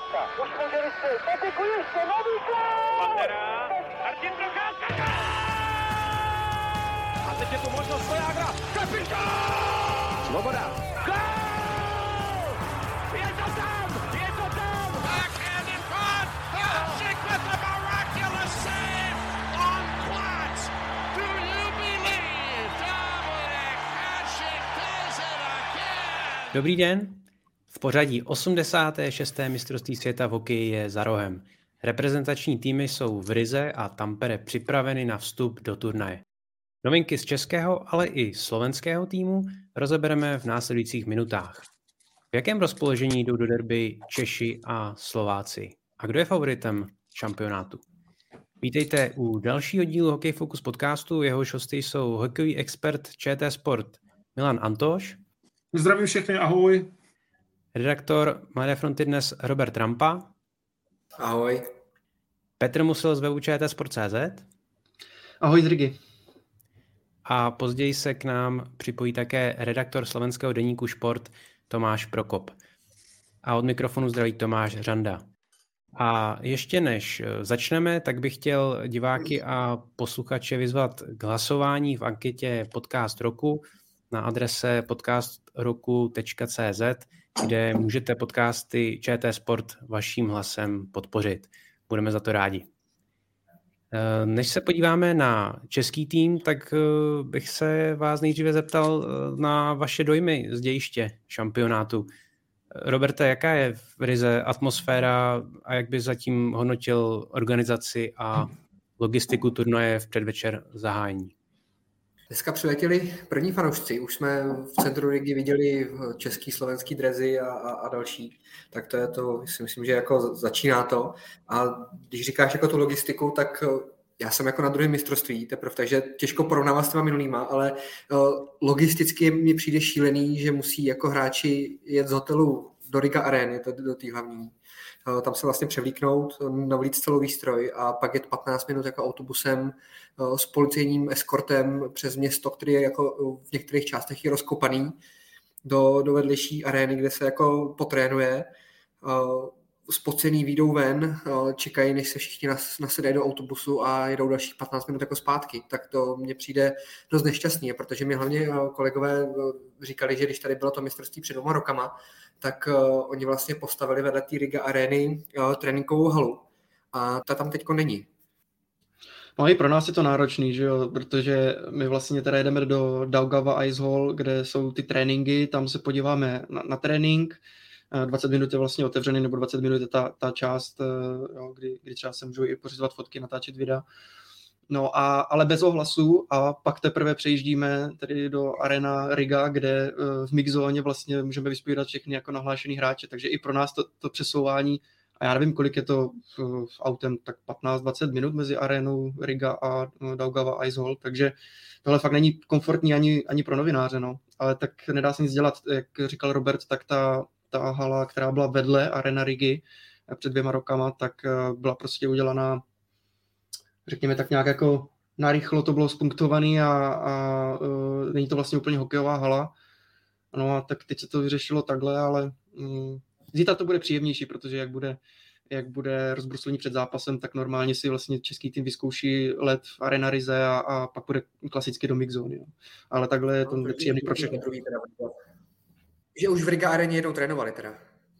Už může vystřelit, Patiku ještě, nový gól! Pantera, Martin Procházka! A teď je tu možnost Svojágra, kapitán! Svoboda! Gól! Je to tam! Je to tam! Backhand in front! Hasek with the miraculous save on Platz! Do you believe Dominik Hasek does it again? Dobrý den. V pořadí 86. mistrovství světa v hokeji je za rohem. Reprezentační týmy jsou v Rize a Tampere připraveny na vstup do turnaje. Novinky z českého, ale i slovenského týmu rozebereme v následujících minutách. V jakém rozpoložení jdou do derby Češi a Slováci? A kdo je favoritem šampionátu? Vítejte u dalšího dílu Hokej Focus podcastu. Jehož hosty jsou hokejový expert ČT Sport Milan Antoš. Zdravím všechny, ahoj. Redaktor Mladé fronty Dnes Robert Rampa. Ahoj. Petr Musil z webu ČT Sport.cz. Ahoj z Rigy. A později se k nám připojí také redaktor slovenského deníku Šport Tomáš Prokop. A od mikrofonu zdraví Tomáš Řanda. A ještě než začneme, tak bych chtěl diváky a posluchače vyzvat k hlasování v anketě Podcast roku na adrese podcastroku.cz, kde můžete podcasty ČT Sport vaším hlasem podpořit. Budeme za to rádi. Než se podíváme na český tým, tak bych se vás nejdříve zeptal na vaše dojmy z dějiště šampionátu. Roberte, jaká je v Rize atmosféra a jak by zatím hodnotil organizaci a logistiku turnaje v předvečer zahájení? Dneska přiletěli první fanoušci. Už jsme v centru Rigy viděli český, slovenský drezy a další. Tak to je to, si myslím, že jako začíná to. A když říkáš jako tu logistiku, tak já jsem jako na druhém mistrovství teprve, takže těžko porovnávat s těma minulýma, ale logisticky mi přijde šílený, že musí jako hráči jet z hotelu do Riga Areny, do té hlavní. Tam se vlastně převlíknout, navlít celou výstroj a pak jet 15 minut jako autobusem s policejním eskortem přes město, který je jako v některých částech je rozkopaný do vedlejší arény, kde se jako potrénuje. Spocený výjdou ven, čekají, než se všichni nasedají do autobusu a jedou dalších 15 minut jako zpátky. Tak to mně přijde dost nešťastný, protože mi hlavně kolegové říkali, že když tady bylo to mistrovství před 2 rokama, tak oni vlastně postavili vedle té Riga Areny tréninkovou halu. A ta tam teďko není. No i pro nás je to náročný, že jo? Protože my vlastně teda jedeme do Daugava Ice Hall, kde jsou ty tréninky, tam se podíváme na trénink, 20 minut je vlastně otevřený, nebo 20 minut je ta část, jo, kdy třeba se můžou i pořizovat fotky, natáčet videa. No ale bez ohlasu a pak teprve přejíždíme tedy do Arena Riga, kde v mixzóně vlastně můžeme vyspovídat všechny jako nahlášený hráče, takže i pro nás to přesouvání, a já nevím, kolik je to v autem, tak 15-20 minut mezi Arenou Riga a Daugava Ice Hall, takže tohle fakt není komfortní ani pro novináře, no. Ale tak nedá se nic dělat, jak říkal Robert, tak ta hala, která byla vedle Arena Rigy před 2 rokama, tak byla prostě udělaná, řekněme tak nějak jako narychlo to bylo spunktovaný a není to vlastně úplně hokejová hala. No a tak teď se to vyřešilo takhle, ale zítra to bude příjemnější, protože jak bude rozbruslení před zápasem, tak normálně si vlastně český tým vyzkouší let v Arena Rize a pak bude klasicky do mixzóny. Ale takhle je to nepříjemný pro všechny. Že už v Riga Areně jednou trénovali teda.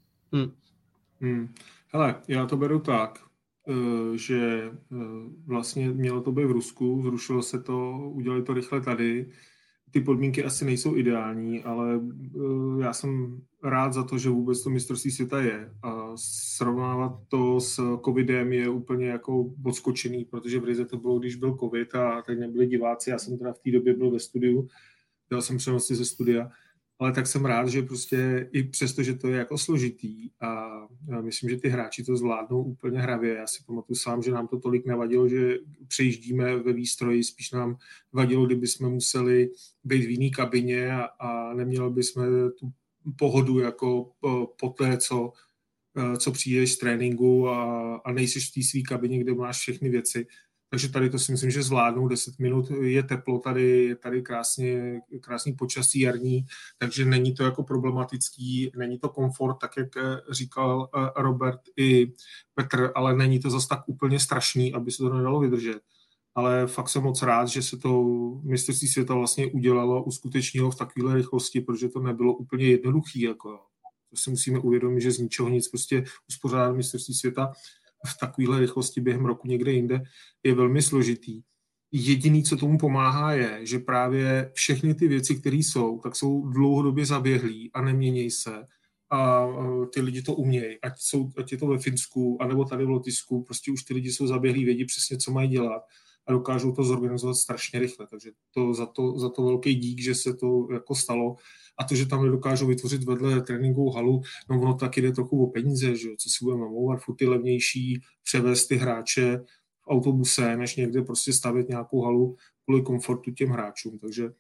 Hele, já to beru tak, že vlastně mělo to být v Rusku, zrušilo se to, udělali to rychle tady. Ty podmínky asi nejsou ideální, ale já jsem rád za to, že vůbec to mistrovství světa je. A srovnávat to s covidem je úplně jako odskočený, protože v Rize to bylo, když byl covid a teď nebyli diváci. Já jsem teda v té době byl ve studiu, dělal jsem přenosy ze studia, ale tak jsem rád, že prostě i přesto, že to je jako složitý a myslím, že ty hráči to zvládnou úplně hravě. Já si pamatuju sám, že nám to tolik nevadilo, že přejíždíme ve výstroji, spíš nám vadilo, kdyby jsme museli být v jiný kabině a neměli bychom tu pohodu jako po té, co přijdeš z tréninku a nejsiš v té svý kabině, kde máš všechny věci. Takže tady to si myslím, že zvládnou 10 minut, je teplo tady, je tady krásný počasí jarní, takže není to jako problematický, není to komfort, tak jak říkal Robert i Petr, ale není to zase tak úplně strašný, aby se to nedalo vydržet. Ale fakt jsem moc rád, že se to mistrovství světa vlastně udělalo, uskutečnilo v takové rychlosti, protože to nebylo úplně jednoduché. Jako. To si musíme uvědomit, že z ničeho nic prostě uspořádat mistrovství světa v takovéhle rychlosti během roku někde jinde je velmi složitý. Jediný, co tomu pomáhá, je, že právě všechny ty věci, které jsou, tak jsou dlouhodobě zaběhlý a nemění se. A ty lidi to umějí. Ať je to ve Finsku, anebo tady v Lotyšsku, prostě už ty lidi jsou zaběhlí, vědí přesně, co mají dělat a dokážou to zorganizovat strašně rychle. Takže za to velký dík, že se to jako stalo. A to, že tam nedokážou vytvořit vedle tréninkovou halu, no ono taky jde trochu o peníze, že? Co si budeme mlouvat, furt je levnější převést ty hráče v autobuse, než někde prostě stavět nějakou halu kvůli komfortu těm hráčům. Takže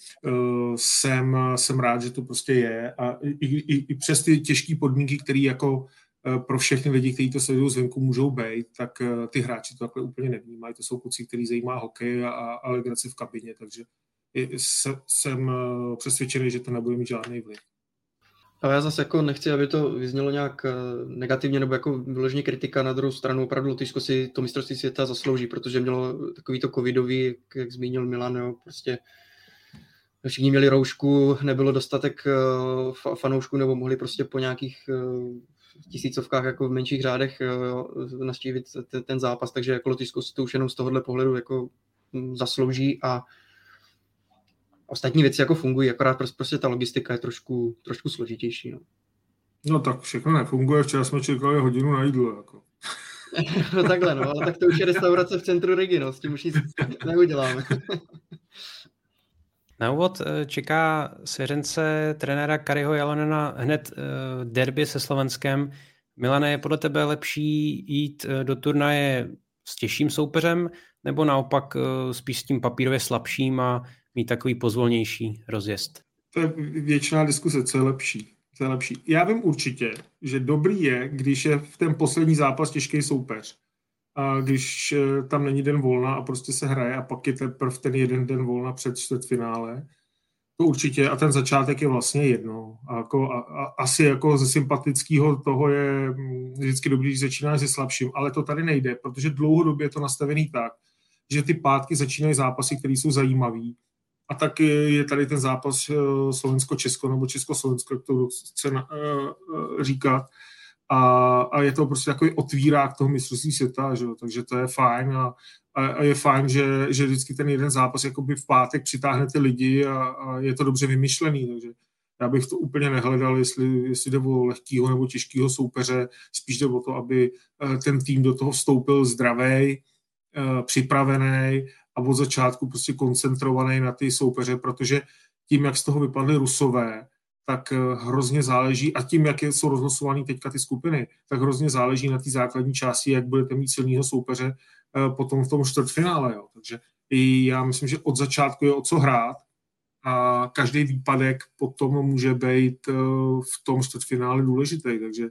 jsem rád, že to prostě je. A i přes ty těžké podmínky, které jako pro všechny lidi, kteří to sledují zvenku, můžou být, tak ty hráči to takhle úplně nevnímají. To jsou kluci, který zajímá hokej a legrace v kabině, takže jsem přesvědčený, že to nebude mít žádný vliv. Ale já zase jako nechci, aby to vyznělo nějak negativně nebo jako vyloženě kritika. Na druhou stranu opravdu Lotyšsko si to mistrovství světa zaslouží, protože mělo takový to covidový, jak zmínil Milan, jo, prostě všichni měli roušku, nebylo dostatek fanoušků nebo mohli prostě po nějakých tisícovkách jako v menších řádech navštívit ten zápas, takže jako Lotyšsko si to už jenom z tohohle pohledu jako zaslouží a ostatní věci jako fungují, akorát prostě ta logistika je trošku složitější. No tak všechno nefunguje, včera jsme čekali hodinu na jídlo. Jako. No takhle, no, ale tak to už je restaurace v centru Rigy, no, s tím už nic neuděláme. Na úvod čeká svěřence trenéra Kariho Jalonena hned derby se Slovenskem. Milane, je podle tebe lepší jít do turnaje s těžším soupeřem, nebo naopak spíš s tím papírově slabším a mít takový pozvolnější rozjezd? To je věčná diskuse, co je lepší. Já vím určitě, že dobrý je, když je v ten poslední zápas těžký soupeř. A když tam není den volna a prostě se hraje a pak je teprve ten jeden den volna před čtvrtfinále. To určitě a ten začátek je vlastně jedno. Asi jako ze sympatického toho je vždycky dobrý, když začínáš se slabším, ale to tady nejde, protože dlouhodobě je to nastavený tak, že ty pátky začínají zápasy, které jsou zajímavý. A tak je tady ten zápas Slovensko-Česko nebo Česko-Slovensko, jak to chce říkat. A je to prostě takový otvírák toho mistrovství světa, že? Takže to je fajn a je fajn, že vždycky ten jeden zápas jakoby v pátek přitáhne ty lidi a je to dobře vymyšlený, takže já bych to úplně nehledal, jestli jde o lehkýho nebo těžkýho soupeře, spíš jde o to, aby ten tým do toho vstoupil zdravej, připravený a od začátku prostě koncentrovaný na ty soupeře, protože tím, jak z toho vypadly Rusové, tak hrozně záleží, a tím, jak jsou rozlosované teďka ty skupiny, tak hrozně záleží na té základní části, jak budete mít silného soupeře potom v tom čtvrtfinále. Jo. Takže i já myslím, že od začátku je o co hrát a každý výpadek potom může být v tom čtvrtfinále důležitý. Takže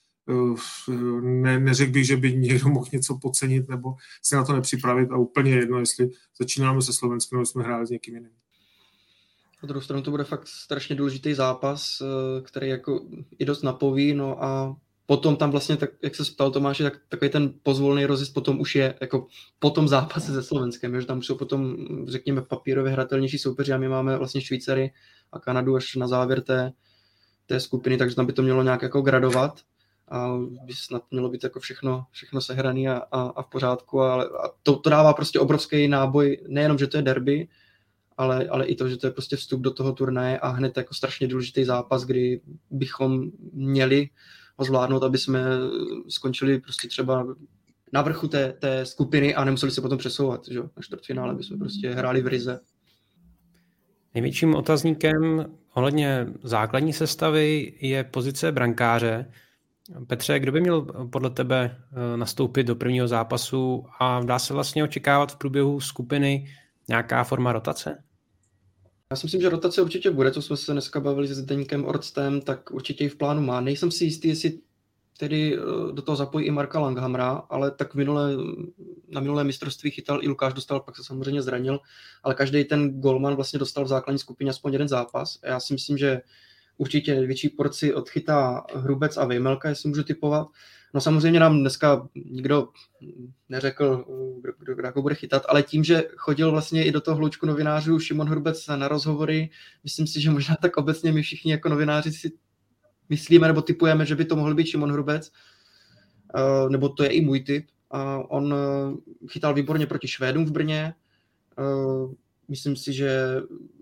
neřekl bych, že by někdo mohl něco podcenit nebo se na to nepřipravit a úplně jedno, jestli začínáme se Slovenskem, nebo jsme hráli s někým jiným. Na druhou stranu to bude fakt strašně důležitý zápas, který jako i dost napoví, no a potom tam vlastně, tak, jak se ptal Tomáši, tak takový ten pozvolný rozjezd potom už je jako po tom zápase se Slovenskem, že tam už jsou potom, řekněme, papírově hratelnější soupeři a my máme vlastně Švýcary a Kanadu až na závěr té skupiny, takže tam by to mělo nějak jako gradovat a by snad mělo být jako všechno sehraný a v pořádku, ale to dává prostě obrovský náboj, nejenom, že to je derby, ale i to, že to je prostě vstup do toho turnaje a hned jako strašně důležitý zápas, kdy bychom měli ho zvládnout, aby jsme skončili prostě třeba na vrchu té skupiny a nemuseli se potom přesouvat, že? Na čtvrtfinále bychom prostě hráli v Rize. Největším otazníkem ohledně základní sestavy je pozice brankáře. Petře, kdo by měl podle tebe nastoupit do prvního zápasu a dá se vlastně očekávat v průběhu skupiny nějaká forma rotace? Já si myslím, že rotace určitě bude, to jsme se dneska bavili se Zdeňkem Orstem, tak určitě i v plánu má. Nejsem si jistý, jestli tedy do toho zapojí i Marka Langhamra, ale tak na minulé mistrovství chytal i Lukáš Dostál, pak se samozřejmě zranil, ale každý ten golman vlastně dostal v základní skupině aspoň jeden zápas. A já si myslím, že určitě větší porci odchytá Hrubec a Vejmelka, jestli můžu tipovat. No samozřejmě nám dneska nikdo neřekl, kdo jako bude chytat, ale tím, že chodil vlastně i do toho hloučku novinářů Šimon Hrubec na rozhovory, myslím si, že možná tak obecně my všichni jako novináři si myslíme nebo tipujeme, že by to mohl být Šimon Hrubec, nebo to je i můj tip. On chytal výborně proti Švédům v Brně. Myslím si, že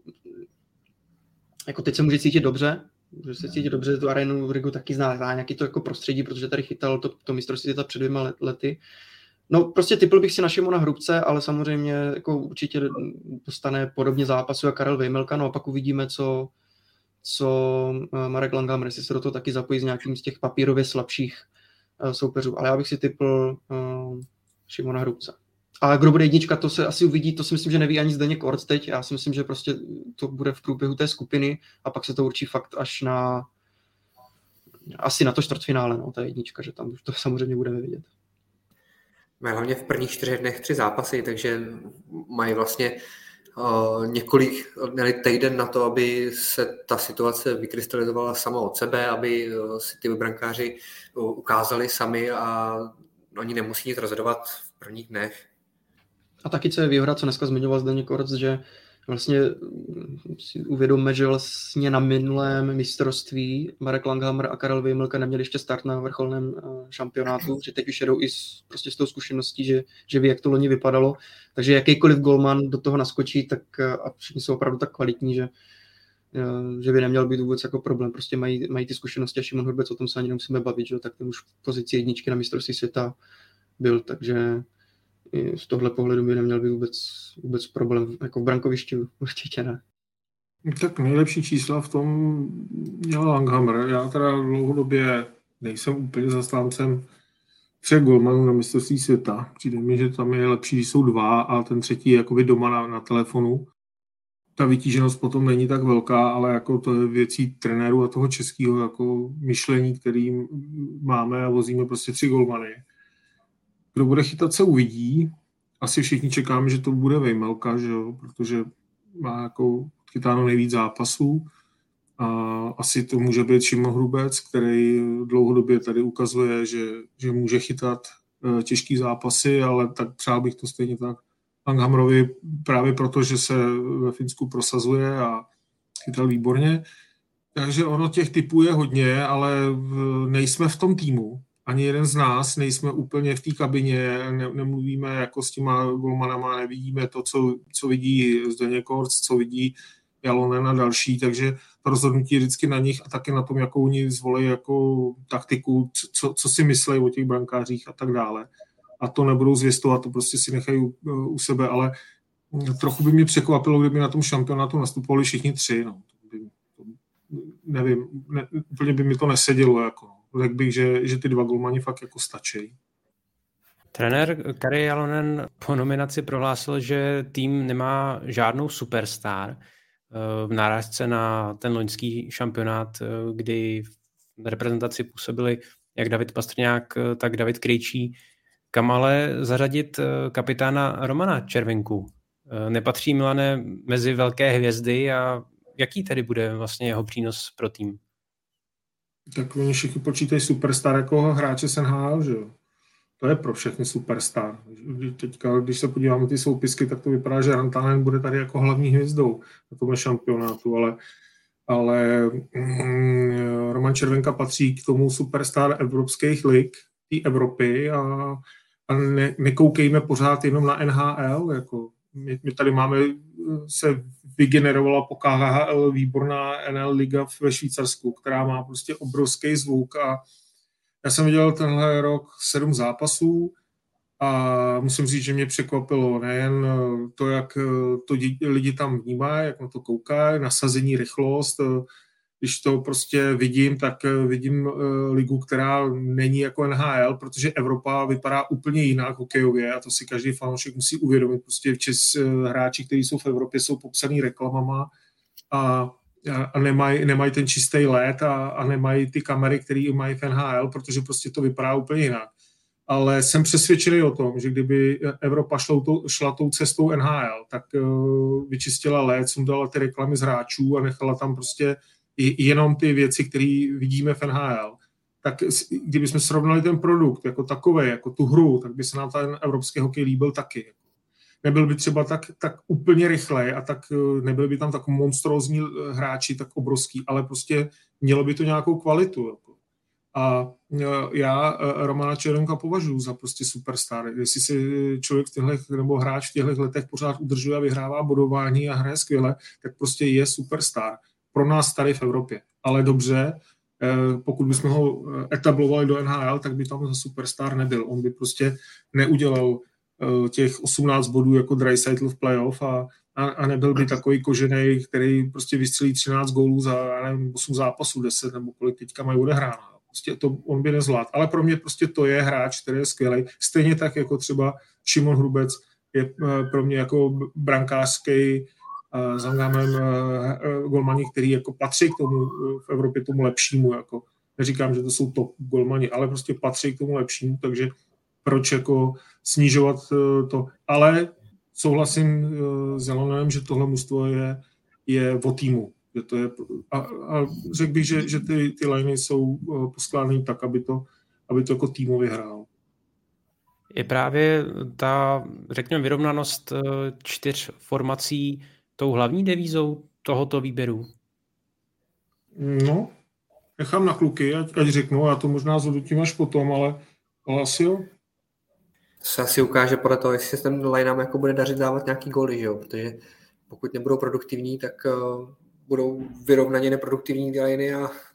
jako teď se může cítit dobře, že se cítí dobře, tu arénu v Rigu taky zná nějaký to jako prostředí, protože tady chytal to mistrovství světa před 2 lety. No prostě tipl bych si na Šimona Hrubce, ale samozřejmě jako určitě dostane podobně zápasu jako Karel Vejmelka, no a pak uvidíme, co Marek Langhammer, jestli se do toho taky zapojí z nějakým z těch papírově slabších soupeřů, ale já bych si tipl Šimona Hrubce. A kdo bude jednička, to se asi uvidí, to si myslím, že neví ani Zdeněk Orc teď, já si myslím, že prostě to bude v průběhu té skupiny a pak se to určí fakt až asi na to čtvrtfinále, no, ta jednička, že tam to samozřejmě budeme vidět. Mají hlavně v prvních 4 dnech 3 zápasy, takže mají vlastně týden na to, aby se ta situace vykrystalizovala sama od sebe, aby si ty brankáři ukázali sami a oni nemusí nic rozhodovat v prvních dnech. A taky, co je výhoda, co dneska zmiňoval Zdeněk Orc, že vlastně si uvědomme, že vlastně na minulém mistrovství Marek Langhammer a Karel Vejmelka neměli ještě start na vrcholném šampionátu, že teď už jedou i s tou zkušeností, že ví, jak to loni vypadalo. Takže jakýkoliv golman do toho naskočí, tak a všichni jsou opravdu tak kvalitní, že by neměl být vůbec jako problém. Prostě mají ty zkušenosti a Šimon Hrubec, o tom se ani nemusíme bavit, že? Tak ten už v pozici jedničky na mistrovství světa byl, takže z tohle pohledu by neměl být vůbec problém. Jako v brankovišti určitě ne. Tak nejlepší čísla v tom dělal Langhammer. Já teda dlouhodobě nejsem úplně zastáncem 3 golmanů na mistrovství světa. Přijde mi, že tam je lepší, že jsou 2 a ten třetí je jakoby doma na telefonu. Ta vytíženost potom není tak velká, ale jako to je věcí trenérů a toho českého jako myšlení, kterým máme a vozíme prostě 3 golmany. Kdo bude chytat, se uvidí. Asi všichni čekáme, že to bude Vejmelka, že jo? Protože má jako chytáno nejvíc zápasů. A asi to může být Šimon Hrubec, který dlouhodobě tady ukazuje, že může chytat těžký zápasy, ale tak přál bych to stejně tak Langhammerovi právě proto, že se ve Finsku prosazuje a chytal výborně. Takže ono těch typů je hodně, ale nejsme v tom týmu. Ani jeden z nás nejsme úplně v té kabině, nemluvíme jako s těma golmanama, nevidíme to, co vidí Zdeněk Orc, co vidí Jalonen a další, takže to rozhodnutí je vždycky na nich a taky na tom, jakou oni zvolí jako taktiku, co si myslí o těch brankářích a tak dále. A to nebudou zvěstovat, to prostě si nechají u sebe, ale trochu by mě překvapilo, kdyby na tom šampionátu nastupovali všichni 3. No. Nevím, úplně by mi to nesedělo. Jako. Řekl bych, že ty 2 golmani fakt jako stačí. Trenér Kari Jalonen po nominaci prohlásil, že tým nemá žádnou superstar v nárazce na ten loňský šampionát, kdy v reprezentaci působili jak David Pastrňák, tak David Krejčí. Kam ale zařadit kapitána Romana Červenku? Nepatří, Milane, mezi velké hvězdy a jaký tedy bude vlastně jeho přínos pro tým? Tak oni všichni počítají superstar jako hráče NHL, že jo? To je pro všechny superstar. Teďka, když se podíváme na ty soupisky, tak to vypadá, že Rantanen bude tady jako hlavní hvězdou na tomhle šampionátu, ale Roman Červenka patří k tomu superstar evropských lig, té Evropy a nekoukejme pořád jenom na NHL. Jako my tady máme, se vygenerovala po KHL výborná NL liga ve Švýcarsku, která má prostě obrovský zvuk a já jsem viděl tenhle rok 7 zápasů a musím říct, že mě překvapilo nejen to, jak to lidi tam vnímají, jak na to koukají, nasazení, rychlost. Když to prostě vidím, tak vidím ligu, která není jako NHL, protože Evropa vypadá úplně jinak hokejově a to si každý fanoušek musí uvědomit. Prostě hráči, kteří jsou v Evropě, jsou popsaný reklamama a a nemají ten čistý led a nemají ty kamery, které mají v NHL, protože prostě to vypadá úplně jinak. Ale jsem přesvědčený o tom, že kdyby Evropa šla tou cestou NHL, tak vyčistila led, sundala ty reklamy z hráčů a nechala tam prostě jenom ty věci, které vidíme v NHL. Tak kdybychom srovnali ten produkt jako takový, jako tu hru, tak by se nám ten evropský hokej líbil taky. Nebyl by třeba tak úplně rychlej a tak nebyl by tam tak monstrózní hráči, tak obrovský, ale prostě mělo by to nějakou kvalitu. Jako. A já Romana Čerenka považuji za prostě superstar. Jestli si člověk nebo hráč v těchto letech pořád udržuje a vyhrává bodování a hraje skvěle, tak prostě je superstar. Pro nás tady v Evropě. Ale dobře, pokud bychom ho etablovali do NHL, tak by tam za superstar nebyl. On by prostě neudělal těch 18 bodů jako Draisaitl v playoff a nebyl by takový koženej, který prostě vystřelí 13 gólů za 8 zápasů, 10 nebo kolik teďka mají odehráno. Prostě to on by nezvládl. Ale pro mě prostě to je hráč, který je skvělý. Stejně tak jako třeba Šimon Hrubec je pro mě jako brankářský zangámem golmani, který jako patří k tomu v Evropě tomu lepšímu. Jako. Neříkám, že to jsou top golmani, ale prostě patří k tomu lepšímu, takže proč jako snižovat to. Ale souhlasím s Jalonem, že tohle mužstvo je o týmu. Že to je, a řekl bych, že ty liney jsou poskládané tak, aby to jako týmově hrál. Je právě ta, řekněme, vyrovnanost 4 formací tou hlavní devízou tohoto výběru? No, nechám na kluky, ať řeknu, já to možná zhodnotím až potom, ale asi jo. To se asi ukáže podle toho, jestli se ten line-up jako bude dařit dávat nějaký góly, že jo? Protože pokud nebudou produktivní, tak budou vyrovnaně neproduktivní ty liney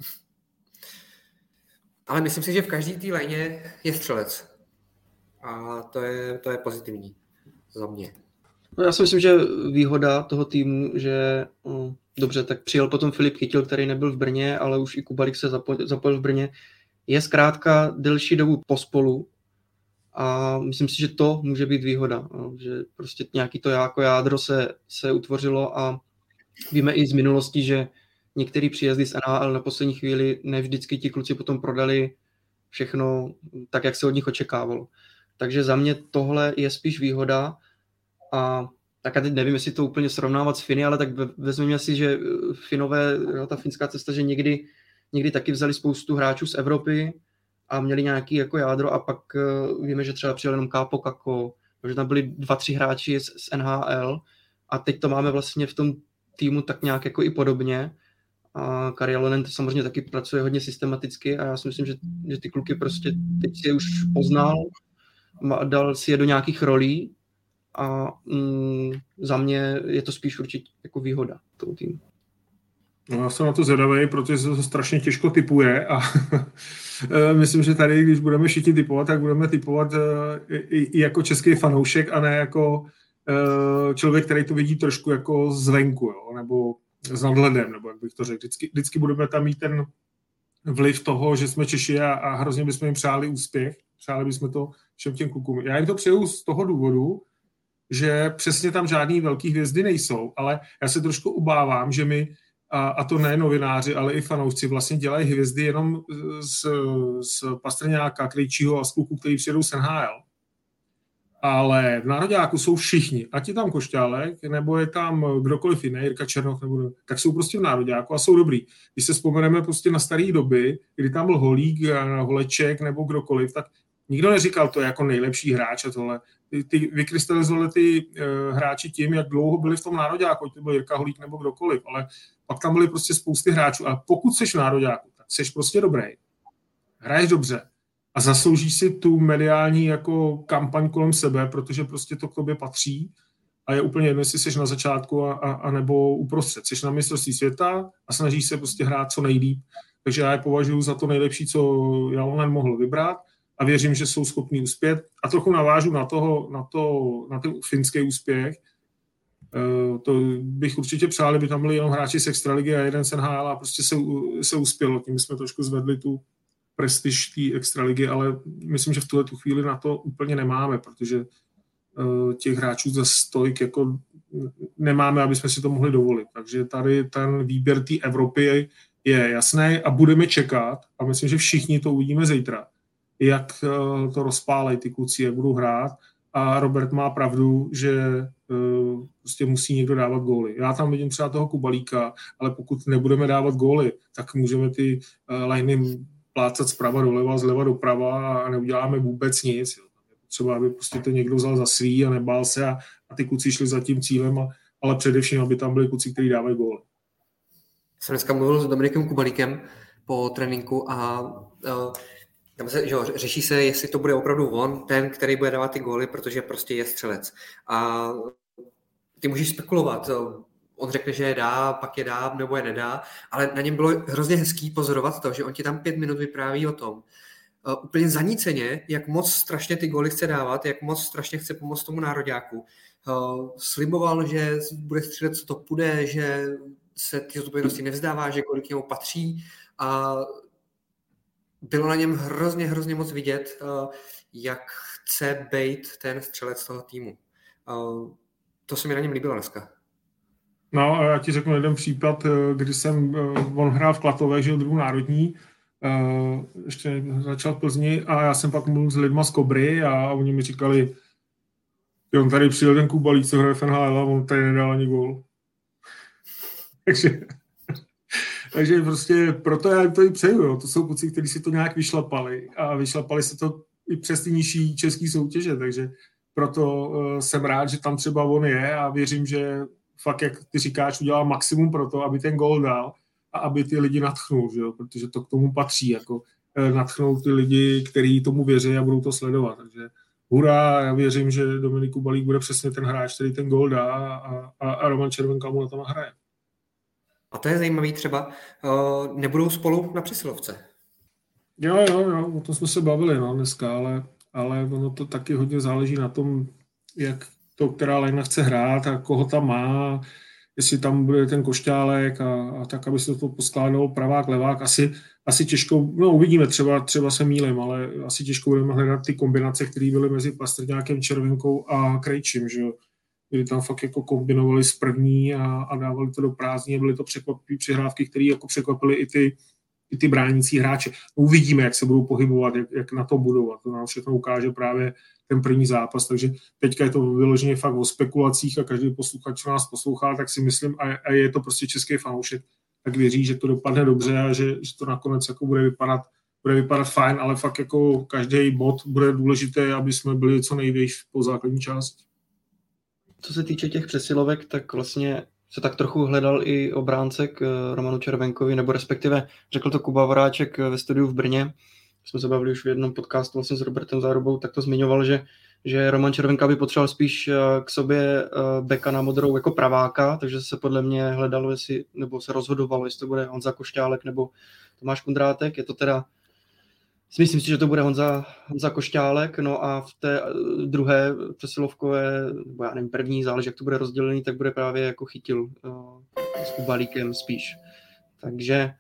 ale myslím si, že v každý té lině je střelec. A to je pozitivní za mě. No já si myslím, že výhoda toho týmu, že dobře, tak přijel potom Filip Chytil, který nebyl v Brně, ale už i Kubalik se zapojil v Brně, je zkrátka delší dobu pospolu a myslím si, že to může být výhoda, že prostě nějaký to jako jádro se utvořilo a víme i z minulosti, že některý příjezdy z NHL na poslední chvíli ne vždycky ti kluci potom prodali všechno tak, jak se od nich očekávalo. Takže za mě tohle je spíš výhoda a tak já teď nevím, jestli to úplně srovnávat s Finy, ale tak vezměme si, že Finové, ta finská cesta, že někdy taky vzali spoustu hráčů z Evropy a měli nějaký jako jádro a pak víme, že třeba přijel jenom Kaapo Kakko, že tam byli 2-3 hráči z NHL a teď to máme vlastně v tom týmu tak nějak jako i podobně a Kari Jalonen samozřejmě taky pracuje hodně systematicky a já si myslím, že ty kluky prostě teď si je už poznal, dal si je do nějakých rolí a za mě je to spíš určitě jako výhoda toho týmu. No, já jsem na to zvědavej, protože se to strašně těžko tipuje a myslím, že tady, když budeme všichni tipovat, tak budeme tipovat i jako český fanoušek a ne jako člověk, který to vidí trošku jako zvenku, jo? Nebo s nadhledem, nebo jak bych to řekl. Vždycky budeme tam mít ten vliv toho, že jsme Češi a hrozně bychom jim přáli úspěch. Přáli bychom to všem těm klukům. Já jim to přeju z toho důvodu, že přesně tam žádný velký hvězdy nejsou, ale já se trošku obávám, že my, a to ne novináři, ale i fanoušci vlastně dělají hvězdy jenom z Pastrňáka, Krejčího a z kluků, kteří přijedou z NHL. Ale v nároďáku jsou všichni, ať je tam Košťálek, nebo je tam kdokoliv jiný, Jirka Černoch, nebo tak jsou prostě v nároďáku a jsou dobrý. Když se vzpomeneme prostě na staré doby, kdy tam byl Holík, Holeček nebo kdokoliv, tak nikdo neříkal to jako nejlepší hráč a tohle. Ty vykrystalizovali ty hráči tím, jak dlouho byli v tom nároďáku, ať to byl Jirka Holík nebo kdokoliv, ale pak tam byly prostě spousty hráčů. A pokud seš v nároďáku, tak seš prostě dobrý. Hraješ dobře. A zasloužíš si tu mediální jako kampaň kolem sebe, protože prostě to k tobě patří a je úplně jedno, jestli jsi na začátku a nebo uprostřed. Jsi na mistrovství světa a snažíš se prostě hrát co nejlíp. Takže já je považuji za to nejlepší, co Jalonen mohl vybrat a věřím, že jsou schopní uspět. A trochu navážu na ten finský úspěch. To bych určitě přál, kdyby tam byli jenom hráči z extraligy a jeden z NHL a prostě se uspělo. Tím jsme trošku zvedli tu prestiž té extraligy, ale myslím, že v tuhle chvíli na to úplně nemáme, protože těch hráčů za stojk jako nemáme, aby jsme si to mohli dovolit. Takže tady ten výběr té Evropy je jasný a budeme čekat, a myslím, že všichni to uvidíme zítra, jak to rozpálejí ty kluci, jak budou hrát. A Robert má pravdu, že prostě musí někdo dávat góly. Já tam vidím třeba toho Kubalíka, ale pokud nebudeme dávat góly, tak můžeme ty liney plácat zprava doleva, zleva doprava a neuděláme vůbec nic. Třeba, aby prostě to někdo vzal za svý a nebál se a ty kluci šli za tím cílem, ale především, aby tam byli kluci, kteří dávají góly. Jsem dneska mluvil s Dominikem Kubalíkem po tréninku a tam se, že řeší se, jestli to bude opravdu on, ten, který bude dávat ty góly, protože prostě je střelec. A ty můžeš spekulovat. On řekne, že je dá, pak je dá, nebo je nedá, ale na něm bylo hrozně hezký pozorovat to, že on ti tam 5 minut vypráví o tom, úplně zaníceně, jak moc strašně ty góly chce dávat, jak moc strašně chce pomoct tomu nároďáku. Sliboval, že bude střílet, co to půjde, že se ty zodpovědnosti nevzdává, že kolik němu patří a bylo na něm hrozně moc vidět, jak chce být ten střelec toho týmu. To se mi na něm líbilo dneska. No a já ti řeknu jeden případ, kdy on hrál v Klatovech, že druhou národní, ještě začal v Plzni a já jsem pak mluvil s lidma z Kobry a oni mi říkali, že on tady přijel ten Kubalík, co hraje v NHL a on tady nedal ani gól. Takže prostě proto já to i přeju. Jo. To jsou kluci, kteří si to nějak vyšlapali a vyšlapali se to i přes ty nižší české soutěže, takže proto jsem rád, že tam třeba on je a věřím, že fakt, jak ty říkáš, udělá maximum pro to, aby ten gól dal a aby ty lidi nadchnul, že jo? Protože to k tomu patří, jako nadchnout ty lidi, kteří tomu věří a budou to sledovat. Takže hurá, já věřím, že Dominik Kubalík bude přesně ten hráč, který ten gól dá a Roman Červenka mu na tom hraje. A to je zajímavý třeba, nebudou spolu na přesilovce. Jo, o tom jsme se bavili dneska, ale ono to taky hodně záleží na tom, jak to, která lajna chce hrát a koho tam má, jestli tam bude ten Košťálek a tak, aby se to poskládalo pravák, levák. Asi těžko, no uvidíme, třeba se mýlím, ale asi těžko budeme hledat ty kombinace, které byly mezi Pastrňákem, Červenkou a Krejčím, že jo. Kdy tam fakt jako kombinovali z první a dávali to do prázdní a byly to překvapivé přihrávky, které jako překvapily i ty bránící hráče. Uvidíme, jak se budou pohybovat, jak na to budou a to nám všechno ukáže právě ten první zápas, takže teďka je to vyloženě fakt o spekulacích a každý posluchač, co nás poslouchá, tak si myslím, a je to prostě český fanoušek, tak věří, že to dopadne dobře a že to nakonec jako bude vypadat fajn, ale fakt jako každý bod bude důležité, aby jsme byli co nejvíc po základní části. Co se týče těch přesilovek, tak vlastně se tak trochu hledal i obránce k Romanu Červenkovi, nebo respektive řekl to Kuba Voráček ve studiu v Brně. Jsme se bavili už v jednom podcastu vlastně s Robertem Zárubou, tak to zmiňoval, že Roman Červenka by potřeboval spíš k sobě beka na modrou jako praváka, takže se podle mě hledalo, nebo se rozhodovalo, jestli to bude Honza Košťálek nebo Tomáš Kundrátek. Je to teda, myslím si, že to bude Honza Košťálek, no a v té druhé přesilovkové, nebo já nevím, první, záleží, jak to bude rozdělený, tak bude právě jako Chytil s Kubalíkem spíš. Takže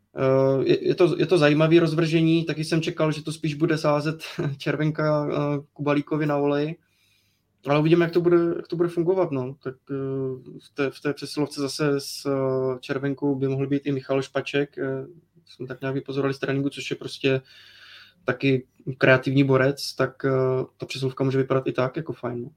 je to zajímavé rozvržení, taky jsem čekal, že to spíš bude sázet Červenka Kubalíkovi na olej, ale uvidíme, jak to bude fungovat. No. Tak v té přesilovce zase s Červenkou by mohl být i Michal Špaček, jsme tak nějak vypozorovali z tréninku, což je prostě taky kreativní borec, tak ta přesilovka může vypadat i tak jako fajn. No.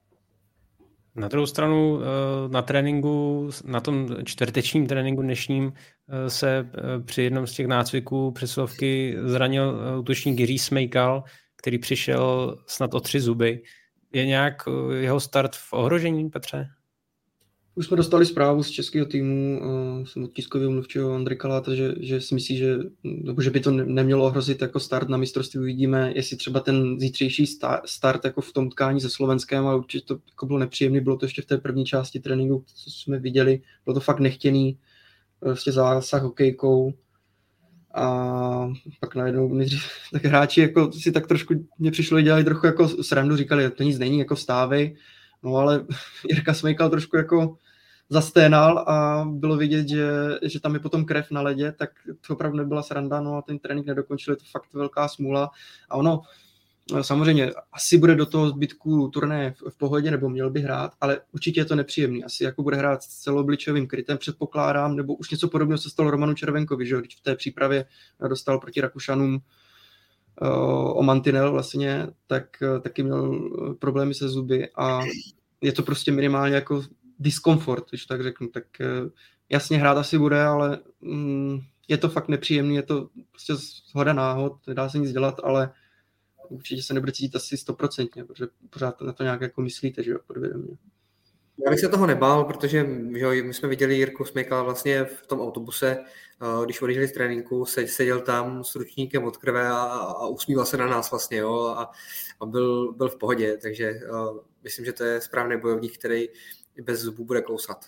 Na druhou stranu na tréninku, na tom čtvrtečním tréninku dnešním se při jednom z těch nácviků přesilovky zranil útočník Jiří Smejkal, který přišel snad o 3 zuby. Je nějak jeho start v ohrožení, Petře? Už jsme dostali zprávu z českého týmu, jsem od tiskového mluvčího Andrej Kaláta, že si myslí, že by to nemělo ohrozit jako start na mistrovství. Uvidíme, jestli třeba ten zítřejší start jako v tom tkání se Slovenskem, ale určitě to jako bylo nepříjemný, bylo to ještě v té první části tréninku, co jsme viděli, bylo to fakt nechtěný, vlastně zásah hokejkou a pak najednou tak hráči jako si tak trošku, mě přišlo, dělali trochu jako srandu, říkali, to nic není, jako vstávej. No ale Jirka Smejkal trošku jako zasténal a bylo vidět, že tam je potom krev na ledě, tak to opravdu nebyla sranda, no a ten trénink nedokončil, je to fakt velká smůla. A ono, samozřejmě asi bude do toho zbytku turnaje v pohodě, nebo měl by hrát, ale určitě je to nepříjemný. Asi jako bude hrát s celoobličejovým krytem, předpokládám, nebo už něco podobného se stalo Romanu Červenkovi, že když v té přípravě dostal proti Rakušanům o mantinel vlastně, tak taky měl problémy se zuby a je to prostě minimálně jako diskomfort, když tak řeknu. Tak jasně hrát asi bude, ale je to fakt nepříjemný, je to prostě shoda náhod, nedá se nic dělat, ale určitě se nebude cítit asi 100%, protože pořád na to nějak jako myslíte, že jo, podvědomě. Já bych se toho nebál, protože že my jsme viděli Jirku Smejkala vlastně v tom autobuse, když odjížděli z tréninku, seděl tam s ručníkem od krve a usmíval se na nás vlastně, jo, a byl v pohodě, takže myslím, že to je správný bojovník, který bez zubů bude kousat.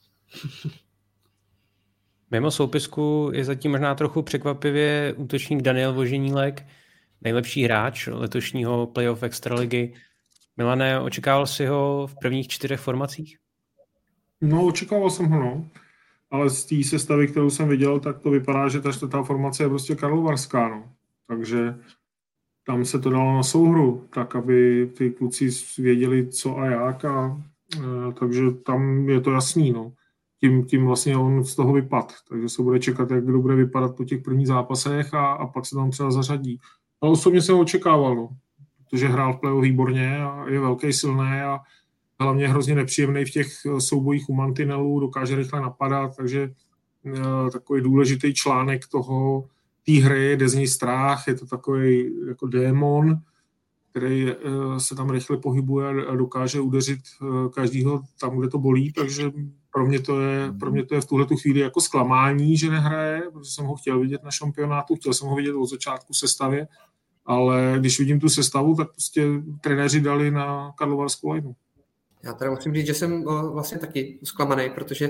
Mimo soupisku je zatím možná trochu překvapivě útočník Daniel Voženílek, nejlepší hráč letošního playoff Extraligy. Milane, očekával jsi ho v prvních 4 formacích? No, očekával jsem ho, no. Ale z té sestavy, kterou jsem viděl, tak to vypadá, že ta 4. formace je prostě karlovarská, no. Takže tam se to dalo na souhru, tak aby ty kluci věděli, co a jak, takže tam je to jasný, no. Tím vlastně on z toho vypad, takže se bude čekat, jak kdo bude vypadat po těch prvních zápasech a pak se tam třeba zařadí. Ale osobně jsem ho očekával, no, protože hrál v playoff výborně a je velký, silný a hlavně hrozně nepříjemný v těch soubojích u mantinelů, dokáže rychle napadat, takže takový důležitý článek té hry, jde z něj strach, je to takový jako démon, který se tam rychle pohybuje a dokáže udeřit každýho tam, kde to bolí, takže pro mě to je v tuhletu chvíli jako zklamání, že nehraje, protože jsem ho chtěl vidět na šampionátu, chtěl jsem ho vidět od začátku sestavě, ale když vidím tu sestavu, tak prostě trenéři dali na karlovarskou lajnu. Já teda musím říct, že jsem vlastně taky zklamaný, protože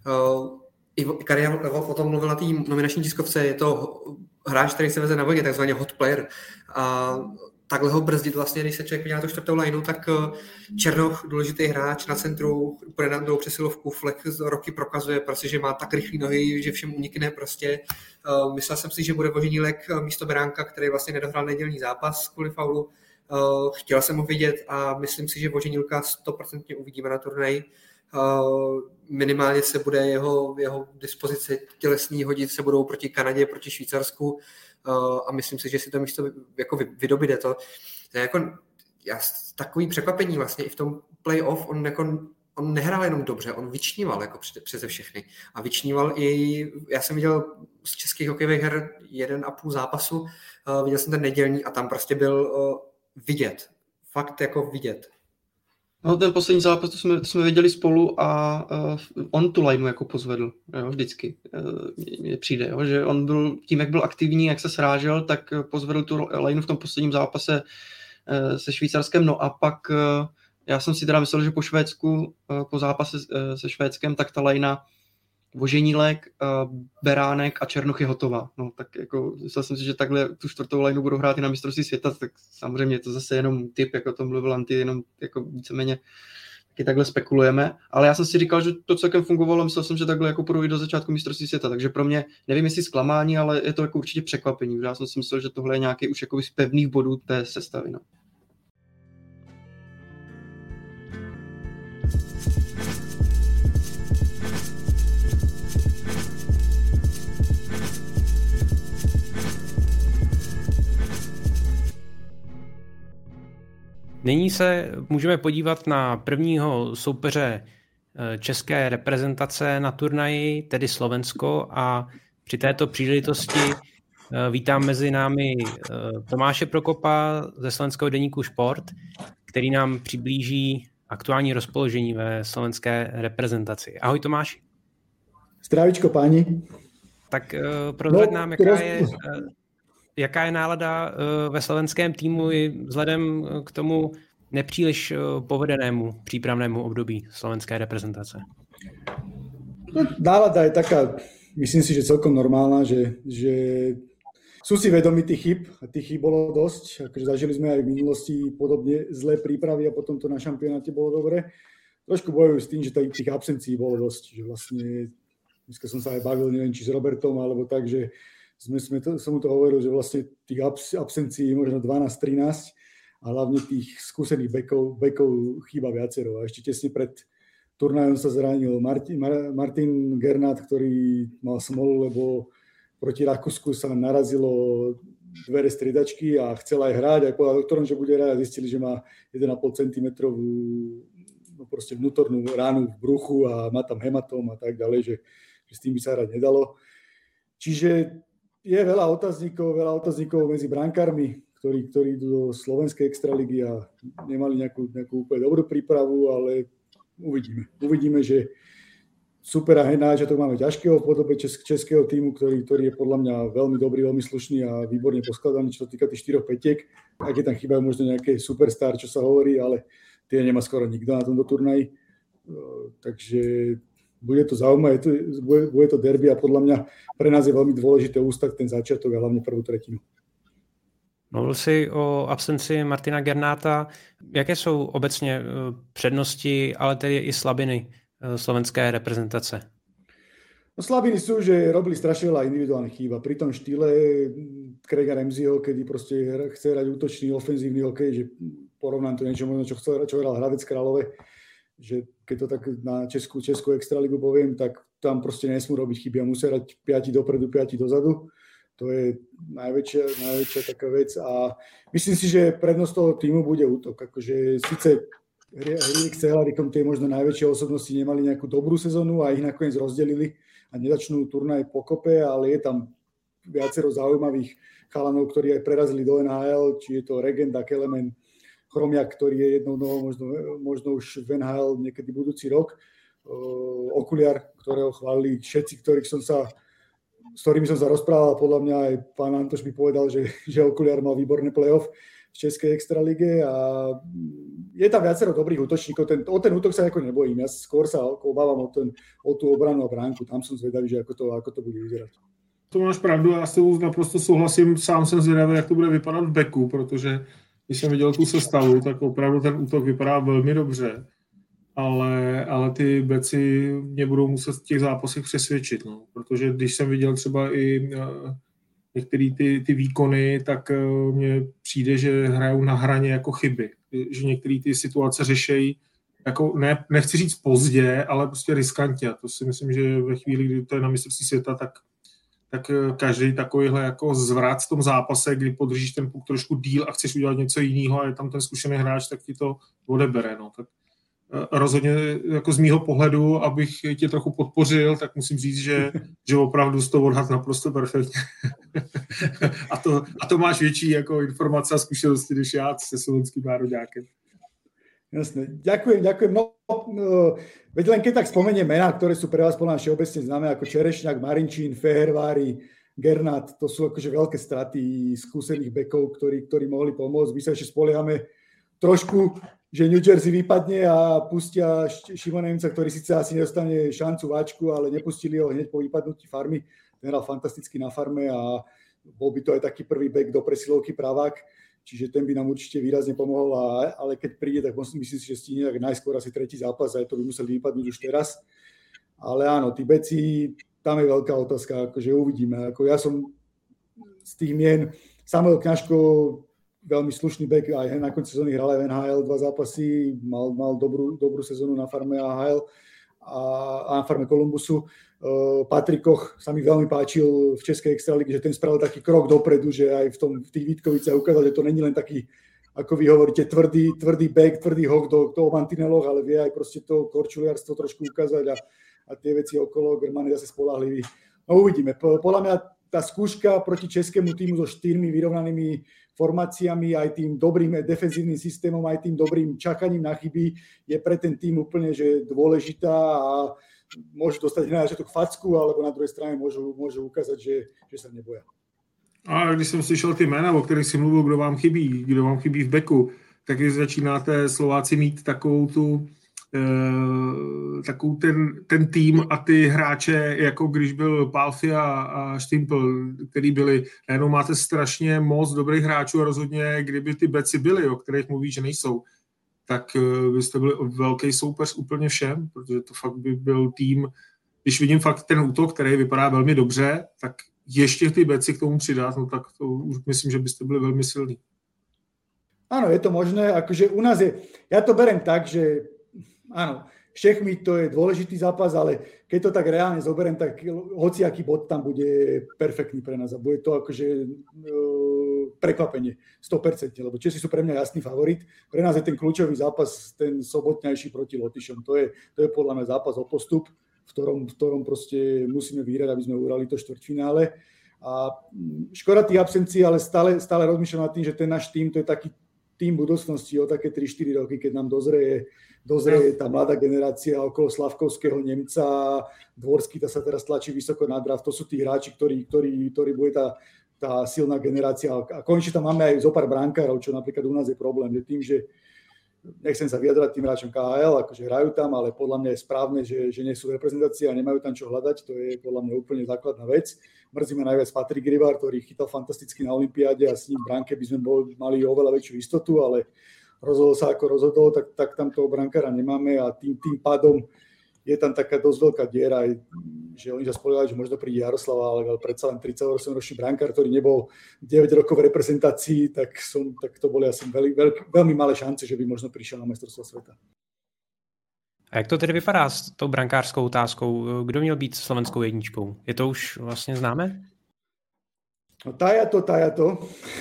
i Karian o tom mluvil na té nominační tiskovce, je to hráč, který se veze na vlně, takzvaně hot player. A takhle ho brzdit vlastně, když se člověk podívá na tu 4. lineu, tak Černoch, důležitý hráč na centru, půjde na druhou přesilovku, Flek roky prokazuje, prostě, že má tak rychlý nohy, že všem unikne prostě. Myslel jsem si, že bude Voženílek místo Beránka, který vlastně nedohrál nedělní zápas kvůli faulu. Chtěl jsem ho vidět a myslím si, že Voženílka 100% uvidíme na turnaji. Minimálně se bude jeho dispozice tělesní hodit se budou proti Kanadě, proti Švýcarsku a myslím si, že si to místo jako vydobíde to. To je jako takový překvapení vlastně i v tom playoff, on nehrál jenom dobře, on vyčníval jako přeze všechny. A vyčníval i, já jsem viděl z českých hokejových her 1,5 zápasu, viděl jsem ten nedělní a tam prostě byl vidět. Fakt jako vidět. No ten poslední zápas, to jsme viděli spolu a on tu lineu jako pozvedl, jo, vždycky. Mně přijde, jo, že on byl, tím jak byl aktivní, jak se srážel, tak pozvedl tu lineu v tom posledním zápase se Švýcarskem, no a pak já jsem si teda myslel, že po Švédsku, po zápase se Švédskem, tak ta linea Voženílek, Beránek a Černoch je hotová. No tak jako myslel jsem si, že takhle tu 4. lineu budou hrát i na mistrovství světa, tak samozřejmě je to zase jenom tip, jako to mluvil Anty, jenom jako víceméně taky takhle spekulujeme, ale já jsem si říkal, že to celkem fungovalo, myslel jsem, že takhle jako půjdu i do začátku mistrovství světa, takže pro mě, nevím jestli zklamání, ale je to jako určitě překvapení, já jsem si myslel, že tohle je nějaký už jako z pevných bodů té sestavy. No. Nyní se můžeme podívat na prvního soupeře české reprezentace na turnaji, tedy Slovensko, a při této příležitosti vítám mezi námi Tomáše Prokopa ze slovenského deníku Šport, který nám přiblíží aktuální rozpoložení ve slovenské reprezentaci. Ahoj Tomáši. Zdravíčko páni. Tak prozrať nám, jaká je nálada ve slovenském týmu i vzhledem k tomu nepříliš povedenému přípravnému období slovenské reprezentace? No, nálada je taká, myslím si, že celkom normálna, že sú si vedomí tých chyb a tých chyb bolo dosť. Akože zažili sme aj v minulosti podobne zlé prípravy a potom to na šampionáte bolo dobre. Trošku bojujú s tým, že tých absencií bolo dosť. Že vlastne, dneska som sa aj bavil, neviem, či s Robertom, alebo tak, že som mu to hovoril, že vlastne tých absencií možno 12-13 a hlavne tých skúsených bekov chýba viacero. A ešte tesne pred turnajom sa zranil Martin Gernát, ktorý mal smolu, lebo proti Rakúsku sa narazilo dvere striedačky a chcel aj hrať, aj povedal doktorom, že bude hrať a zistili, že má 1,5 cm proste vnútornú ránu v bruchu a má tam hematóm a tak ďalej, že s tým by sa hrať nedalo. Čiže je veľa otáznikov medzi brankármi, ktorí idú do slovenskej extraligy a nemali nejakú úplne dobrú prípravu, ale Uvidíme, že super a hneď, že to máme ťažkého v podobe českého týmu, ktorý je podľa mňa veľmi dobrý, veľmi slušný a výborne poskladaný, čo sa týka tých 4 petiek. Aj keď tam chýbajú možno nejaké superstar, čo sa hovorí, ale tie nemá skoro nikto na tomto turnaji. Takže bude to zaujímavé, bude to derby a podľa mňa pre nás je veľmi dôležité ústať ten začiatok a hlavne prvú tretinu. Mluvil jsi o absenci Martina Gernáta. Jaké jsou obecně přednosti, ale tedy i slabiny slovenské reprezentace? No, slabiny sú, že robili strašne veľa individuálnych chýb. Pri tom štýle Craiga Ramseyho, kedy proste chce hrať útočný, ofenzívny hokej, že porovnám to niečo možno, čo hral Hradec Králové, že keď to tak na Českú extraligu poviem, tak tam proste nesmú robiť chyby a musia hrať 5 dopredu, 5 dozadu. To je najväčšia taká vec a myslím si, že prednosť toho týmu bude útok. Akože síce Hrilik s Cehlarikom, tie možno najväčšie osobnosti, nemali nejakú dobrú sezónu a ich nakoniec rozdelili a nezačnú turnaj pokope, ale je tam viacero zaujímavých chalanov, ktorí aj prerazili do NHL, či je to Regenda, Kelemen, Chromiak, ktorý je jednou nohou možno už v NHL niekedy budúci rok, Okuliar, ktorého chválili všetci, s ktorými som sa rozprával, podľa mňa aj pán Antoš mi povedal, že Okuliar mal výborné playoff v českej extralige a je tam viacero dobrých útočníkov. O ten útok sa ako nebojím, ja skôr sa obávam o tú obranu a bránku, tam som zvedavý, že ako to bude vyzerať. To máš pravdu, já s tebou naprosto souhlasím, sám jsem zvědavý, jak to bude vypadat v beku, protože když jsem viděl tu sestavu, tak opravdu ten útok vypadá velmi dobře. Ale ty beci mě budou muset v těch zápasech přesvědčit, no. Protože když jsem viděl třeba i některé ty výkony, tak mně přijde, že hrajou na hraně jako chyby. Že některé ty situace řešejí, jako nechci říct pozdě, ale prostě riskantně. A to si myslím, že ve chvíli, kdy to je na mistrovství světa, tak každý takovýhle jako zvrat v tom zápase, kdy podržíš ten puk trošku díl a chceš udělat něco jiného a je tam ten zkušený hráč, tak ti to odebere, no. Tak rozhodně jako z mýho pohledu, abych tě trochu podpořil, tak musím říct, že opravdu z toho odhad naprosto perfektně. a to máš větší jako informace a zkušenosti, než já se slovenským nároďákem. Jasné. Ďakujem. No, veď len keď tak spomeniem mená, ktoré sú pre vás podľa mňa všeobecne známe, ako Čerešňák, Marinčín, Fehervári, Gernát, to sú akože veľké straty skúsených bekov, ktorí mohli pomôcť. My sa ešte spoliehame trošku, že New Jersey vypadne a pustia Šimona Nemca, ktorý síce asi nedostane šancu váčku, ale nepustili ho hneď po vypadnutí Farmy. Ten hral fantasticky na Farme a bol by to aj taký prvý bek do presilovky pravák, čiže ten by nám určite výrazne pomohol, ale keď príde, tak myslím si, že stíne najskôr asi tretí zápas a to by museli vypadnúť už teraz. Ale áno, tí beci, tam je veľká otázka, akože uvidíme. Ako ja som z tých mien, Samuel Kňažko, veľmi slušný bek, aj na konci sezóny hral aj v NHL 2 zápasy, mal dobrú sezónu na Farme AHL a na Farme Columbusu. Patrik Koch sa mi veľmi páčil v českej extralíge, že ten spravil taký krok dopredu, že aj v tých Vítkoviciach ukázal, že to není len taký, ako vy hovoríte, tvrdý back, tvrdý hok do mantineloch, ale vie aj proste to korčuliarstvo trošku ukázať a tie veci okolo. German je zase spoľahlivý. No uvidíme. Podľa mňa tá skúška proti českému týmu so 4 vyrovnanými formáciami, aj tým dobrým defenzívnym systémom, aj tým dobrým čakaním na chyby je pre ten tým úplne že dôležitá a môžu dostať na začiatok facku, alebo na druhej strane môžu ukázať, že sa neboja. A když jsem slyšel ty jména, o kterých si mluvil, kdo vám chybí v beku, tak když začínáte Slováci mít takovou ten tým a ty hráče, jako když byl Palfi a Štimpl, který byli, najednou máte strašně moc dobrých hráčů a rozhodně, kdyby ty beci byli, o kterých mluví, že nejsou, tak byste byli velký soupeř úplně všem, protože to fakt by byl tým, když vidím fakt ten útok, který vypadá velmi dobře, tak ještě ty beci k tomu přidat, no tak to už myslím, že byste byli velmi silní. Áno, je to možné. Akože u nás ja to berem tak, že áno, Šechmíd to je dôležitý zápas, ale keď to tak reálne zoberiem, tak hociaký bod tam bude perfektný pre nás a bude to akože prekvapenie 100%, lebo Česi sú pre mňa jasný favorit. Pre nás je ten kľúčový zápas, ten sobotňajší proti Lotyšom. To je podľa mňa zápas o postup, v ktorom proste musíme vyhrať, aby sme uhrali to štvrťfinále. A škoda tých absencií, ale stále rozmýšľam nad tým, že ten náš tím, to je taký tým budúcnosti o také 3-4 roky, keď nám dozrie tá mladá generácia okolo Slavkovského, Nemca, Dvorský, tá sa teraz tlačí vysoko na draft. To sú tí hráči, ktorí bude tá silná generácia. A konečne tam máme aj zo pár brankárov, čo napríklad u nás je problém. Je tým, že nechcem sa vyjadrať tým hráčom KHL, akože hrajú tam, ale podľa mňa je správne, že nie sú v reprezentácii a nemajú tam čo hľadať. To je podľa mňa úplne základná vec. Mrzí ma najviac Patrik Rivár, ktorý chytal fantasticky na olympiáde a s ním v bránke by sme mali oveľa väčšiu istotu, ale rozhodol sa ako rozhodol, tak tam toho brankára nemáme a tým pádom je tam taká dosť veľká diera, že oni sa spoliehajú, že možno príde Jaroslava, ale predsa len 38-ročný brankár, ktorý nebol 9 rokov v reprezentácii, tak to boli asi veľmi malé šance, že by možno prišiel na majstrovstvá sveta. A jak to tedy vypadá s tou brankářskou otázkou? Kdo měl být slovenskou jedničkou? Je to už vlastně známe? No, Tajato.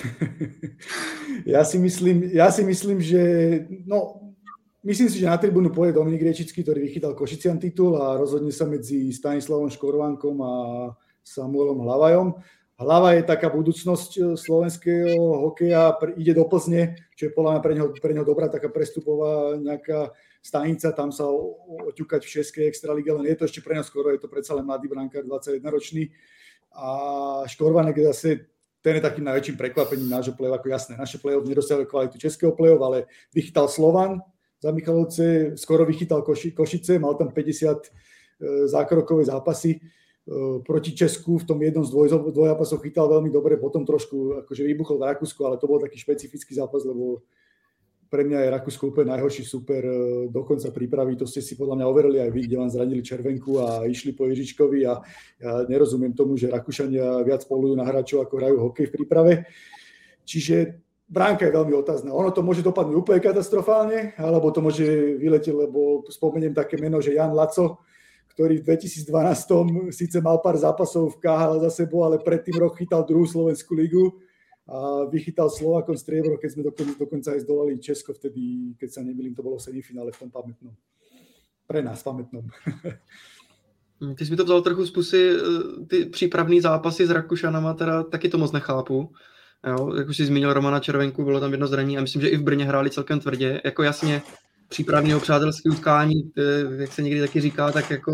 Ja si myslím, že myslím si, že na tribúnu pôjde Dominik Riečický, ktorý vychytal Košician titul a rozhodne sa medzi Stanislavom Škorvánkom a Samuelom Hlavajom. Hlava je taká budúcnosť slovenského hokeja, ide do Plzne, čo je podľa mňa pre neho dobrá taká prestupová nejaká stanica, tam sa oťukať v českej extralíge, len je to ešte pre neho skoro, je to predsa len mladý brankár, 21-ročný. A Škorvánek je zase, ten je takým najväčším prekvapením nášho play-off, ako jasné, naše play-off nedosiahli kvalitu českého play-off, ale vychytal Slovan za Michalovce, skoro vychytal Košice, mal tam 50 zákrokové zápasy proti Česku, v tom jednom z dvojzápasov chytal veľmi dobre, potom trošku akože vybuchol v Rakúsku, ale to bol taký špecifický zápas, lebo pre mňa je Rakúsko úplne najhorší super do konca prípravy, to ste si podľa mňa overili aj vy, kde vám zranili červenku a išli po Ježičkovi a ja nerozumiem tomu, že Rakúšania viac polujú na hráčov, ako hrajú hokej v príprave. Čiže bránka je veľmi otázna. Ono to môže dopadnúť úplne katastrofálne, alebo to môže vyletieť, lebo spomeniem také meno, že Jan Laco, ktorý v 2012 síce mal pár zápasov v KHL za sebou, ale predtým rok chytal druhú slovenskú ligu a vychytal Slovákom striebro, keď sme dokonca aj zdolali Česko vtedy, keď sa nemýlim, to bolo v semifinále v tom pamätnom. Pre nás pamätnom. Ty jsi mi to vzal trochu z pusy, ty přípravný zápasy s Rakušanama, teda taky to moc nechápu. Jo, jak už jsi zmínil Romana Červenku, bylo tam jedno zranění a myslím, že i v Brně hráli celkem tvrdě. Jako jasně přípravného přátelského utkání, jak se někdy taky říká, tak jako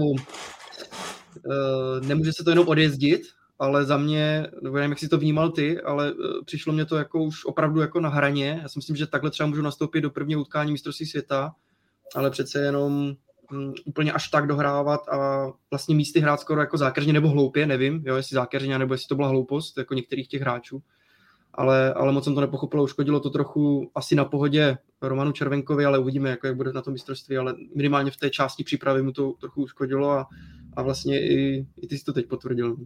nemůže se to jenom odjezdit, ale za mě, nevím, jak jsi to vnímal ty, ale přišlo mě to jako už opravdu jako na hraně. Já si myslím, že takhle třeba můžu nastoupit do prvního utkání mistrovství světa, ale přece jenom úplně až tak dohrávat a vlastně místy hrát skoro jako zákeřně nebo hloupě, nevím, jo, jestli zákeřně, nebo jestli to byla hloupost jako některých těch hráčů. Ale moc jsem to nepochopil, uškodilo to trochu asi na pohodě Romanu Červenkovi, ale uvidíme, jak bude na tom mistrovství, ale minimálně v té části přípravy mu to trochu uškodilo a vlastně i ty si to teď potvrdil.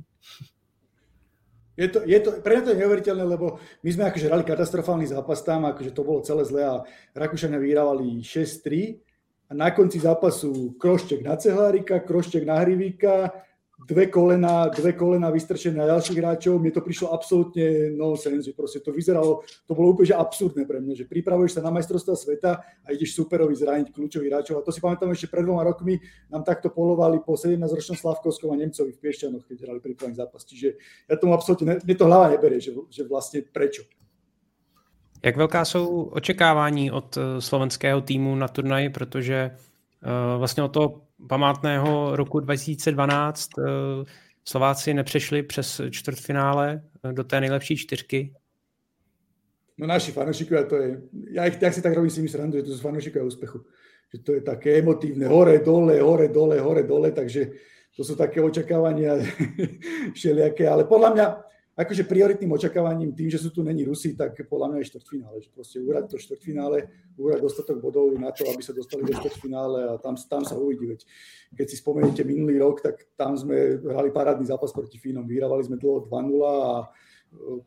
Pre mňa to je neuveriteľné, lebo my sme akože hrali katastrofálny zápas tam, akože to bolo celé zlé a Rakúšania vyhrávali 6-3 a na konci zápasu krošček na Cehlárika, krošček na Hrivíka, dve kolena vystrčené na ďalších hráčov. Mne to prišlo absolútne nonsense, že proste to vyzeralo, to bolo úplne že absurdné pre mňa, že pripravuješ sa na majstrovstvá sveta a ideš superovi zraniť kľúčových hráčov. A to si pamätám ešte pred 2 rokmi, nám takto polovali po 17-ročnom Slavkovskom a Nemcovi v Piešťanoch, keď hrali prípravný zápas. Čiže ja tomu absolútne, mne to hlava neberie, že vlastne prečo. Jak velká jsou očekávání od slovenského týmu na turnaji, protože vlastně od toho památného roku 2012 Slováci nepřešli přes čtvrtfinále do té nejlepší 4. No naši fanúšikovia, to je, ja si tak robím si mi srandu, že to sú fanúšikovia úspechu. Že to je také emotívne, hore, dole, takže to sú také očakávania všelijaké, ale podľa mňa akože prioritným očakávaním tým, že sú tu není Rusi, tak podľa mňa je štvrťfinále, že proste uhrať to štvrťfinále, uhrať dostatok bodov na to, aby sa dostali do štvrťfinále a tam sa uvidí. Veď keď si spomeniete minulý rok, tak tam sme hrali parádny zápas proti Fínom, vyhrávali sme dlho 2-0 a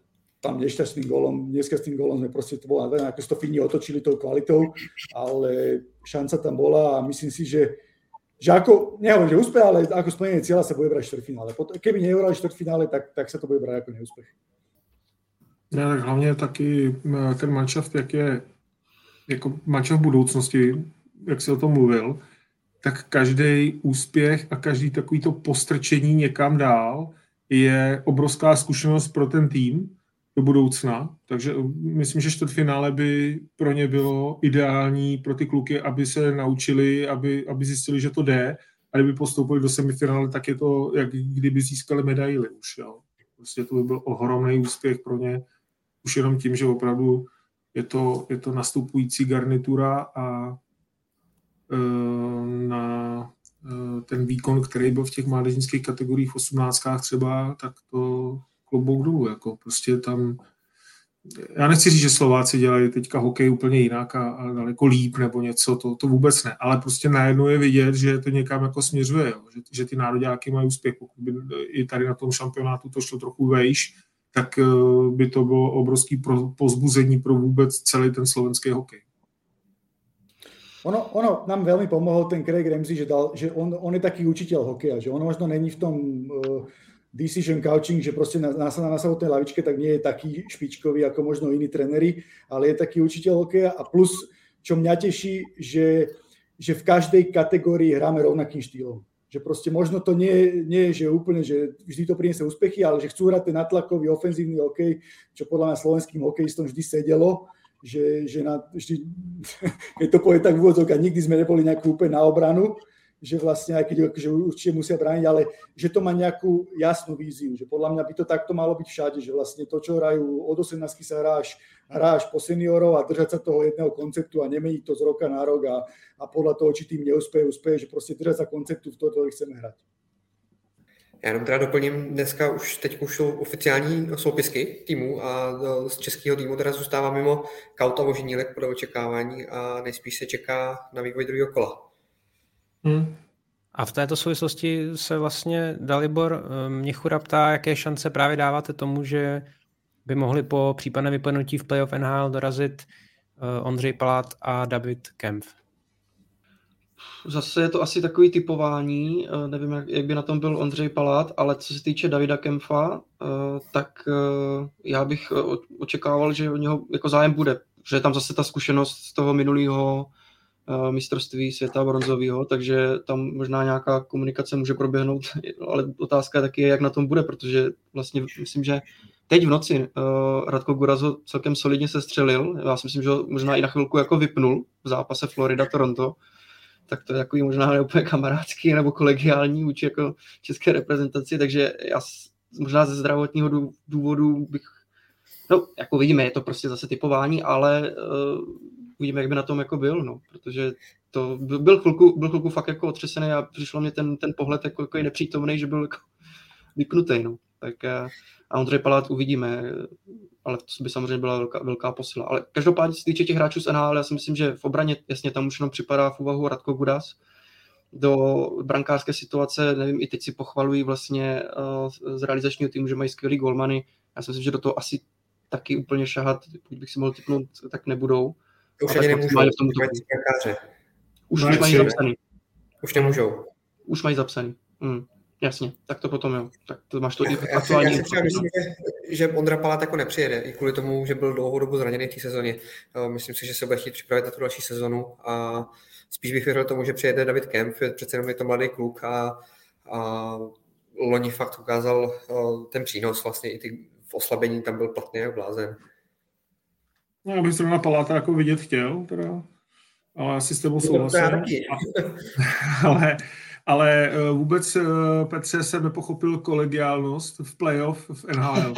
tam nešťastným gólom, dneska s tým gólom sme proste to bola, ako si to Fíni otočili tou kvalitou, ale šanca tam bola a myslím si, že ako, nehovorím, že úspech, ale ako splnenie cieľa sa bude brať štvrťfinále. Keby nehrali štvrťfinále, tak sa to bude brať ako neúspech. Ne, tak hlavně taky ten manšaft, jak je jako manšaft v budoucnosti, jak jsi o tom mluvil, tak každý úspěch a každý takovýto postrčení někam dál je obrovská zkušenost pro ten tým do budoucna. Takže myslím, že čtvrtfinále by pro ně bylo ideální pro ty kluky, aby se naučili, aby zjistili, že to jde. A kdyby postoupili do semifinále, tak je to, jak kdyby získali medaily už. Jo. Prostě to by byl ohromný úspěch pro ně. Už jenom tím, že opravdu je to nastupující garnitura a na ten výkon, který byl v těch mládežnických kategoriích v 18 třeba, tak to klobouk dolů. Jako prostě tam, já nechci říct, že Slováci dělají teďka hokej úplně jinak a daleko líp nebo něco, to vůbec ne, ale prostě najednou je vidět, že to někam jako směřuje, jo. Že ty nároďáky mají úspěch. Pokud by i tady na tom šampionátu to šlo trochu vejš, tak by to bylo obrovské povzbuzení pro vůbec celý ten slovenský hokej. Ono nám veľmi pomohol ten Craig Ramsey, že on je taký učiteľ hokeja, že on možno není v tom decision coaching, že proste na samotnej lavičke tak nie je taký špičkový ako možno iní trenéri, ale je taký učiteľ hokeja a plus, čo mňa teší, že v každej kategórii hráme rovnakým štýlom. Že proste možno to nie je, že úplne, že vždy to priniesie úspechy, ale že chcú hrať ten natlakový, ofenzívny hokej, čo podľa mňa slovenským hokejistom vždy sedelo, že vždy, keď to povie tak v úvodzovkách, nikdy sme neboli nejakú úplne na obranu, že vlastne aj keď že určite musia brániť, ale že to má nejakú jasnú víziu, že podľa mňa by to takto malo byť všade, že vlastne to, čo hrajú od 18 sa hráš po seniorov a držať sa toho jedného konceptu a nemeniť to z roka na rok a podľa toho, či tým neúspeje, že proste držať sa konceptu v toho, ktorý chceme hrať. Já jenom teda doplním, dneska teď už jsou oficiální soupisky týmu a z českého týmu teda zůstává mimo Kauta Vožinílek podle očekávání a nejspíš se čeká na vývoj druhého kola. A v této souvislosti se vlastně Dalibor Měchura ptá, jaké šance právě dáváte tomu, že by mohli po případném vypadnutí v playoff NHL dorazit Ondřej Palát a David Kempf. Zase je to asi takový typování, nevím, jak by na tom byl Ondřej Palát, ale co se týče Davida Kempfa, tak já bych očekával, že o něho jako zájem bude, že je tam zase ta zkušenost z toho minulého mistrovství světa bronzového, takže tam možná nějaká komunikace může proběhnout, ale otázka taky je, jak na tom bude, protože vlastně myslím, že teď v noci Radko Guras ho celkem solidně sestřelil, já si myslím, že ho možná i na chvilku jako vypnul v zápase Florida-Toronto, tak to je takový možná neúplně kamarádský nebo kolegiální vůči jako české reprezentaci, takže já možná ze zdravotního důvodu bych, no jako vidíme, je to prostě zase typování, ale uvidíme, jak by na tom jako byl, no, protože to byl chvilku fakt jako otřesený a přišlo mě ten pohled jako nepřítomný, že byl jako vypnutý, no, tak a Ondřej Palát uvidíme, ale to by samozřejmě byla velká posila. Ale každopádně se týče těch hráčů z NHL, já si myslím, že v obraně jasně tam už jenom připadá v úvahu Radko Gudas. Do brankářské situace, nevím, i teď si pochvalují vlastně z realizačního týmu, že mají skvělý golmany. Já si myslím, že do toho asi taky úplně šahat, pokud bych si mohl tipnout, tak nebudou. To už ani nemůžou, už mají zapsaný. Už nemůžou. Už mají zapsaný. Jasně, tak to potom jo. Tak to máš to i aktuální. Já si třeba myslím, že Ondra Palát jako nepřijede, i kvůli tomu, že byl dlouhou dobu zraněný v té sezóně. Myslím si, že se bude chtít připravit na tu další sezonu a spíš bych věřil tomu, že přijede David Kempf, přece jenom je to mladý kluk a loni fakt ukázal ten přínos, vlastně i ty v oslabení tam byl platný jak blázen. No, já bych zrovna Paláta jako vidět chtěl, teda, ale asi s tebou souhlasím. Ale vůbec, Petře, jsem nepochopil kolegiálnost v playoff v NHL.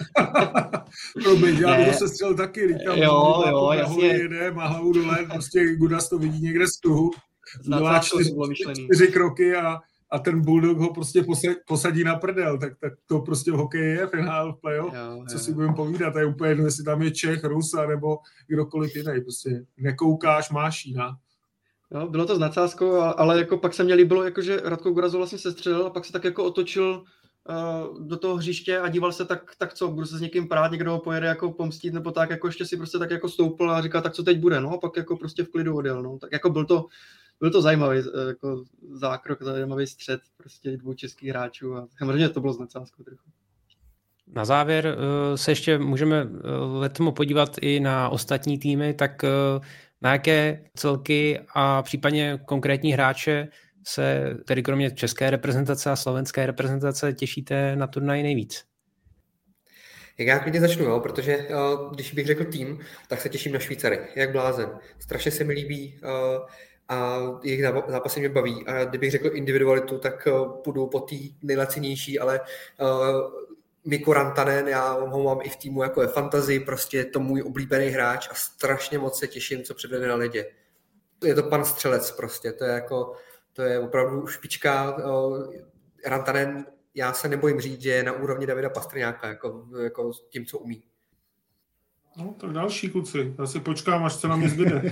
Já bych to sestřel taky, říkám, jo, jasně. Jede, má hlavu dole, prostě Gudas to vidí někde z tuhu, dělá 4 kroky a ten Bulldog ho prostě posadí na prdel, tak to prostě v hokeji je v NHL v playoff, co si budeme povídat, to je úplně jedno, jestli tam je Čech, Rus, nebo kdokoliv jiný, prostě nekoukáš, máš jiná. Jo, bylo to s nadsázkou, ale jako pak se mě líbilo, jako, že Radko Guras vlastně sestřelil a pak se tak jako otočil do toho hřiště a díval se tak co, budu se s někým prát, někdo ho pojede jako pomstit, nebo tak, jako ještě si prostě tak jako stoupil a říkal, tak co teď bude, no, a pak jako prostě v klidu odjel, no, tak jako byl to zajímavý jako zákrok, zajímavý střet prostě dvou českých hráčů a samozřejmě to bylo s nadsázkou trochu. Na závěr se ještě můžeme letmo podívat i na ostatní týmy, tak na jaké celky a případně konkrétní hráče se tedy kromě české reprezentace a slovenské reprezentace těšíte na turnaj nejvíc? Jak já klidně začnu, jo, protože když bych řekl tým, tak se těším na Švýcary, jak blázen. Strašně se mi líbí a jejich zápasy mě baví. A kdybych řekl individualitu, tak půjdu po té nejlacinější, ale Mikko Rantanen, já ho mám i v týmu jako je fantasy, prostě je to můj oblíbený hráč a strašně moc se těším, co předvede na ledě. Je to pan střelec prostě, to je opravdu špička. Rantanen, já se nebojím říct, že je na úrovni Davida Pastrňáka, jako tím, co umí. No, tak další kluci. Já si počkám, až se na mě zbyde.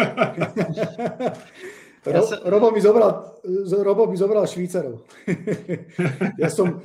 Robo mi zobral Švýcarov. Ja som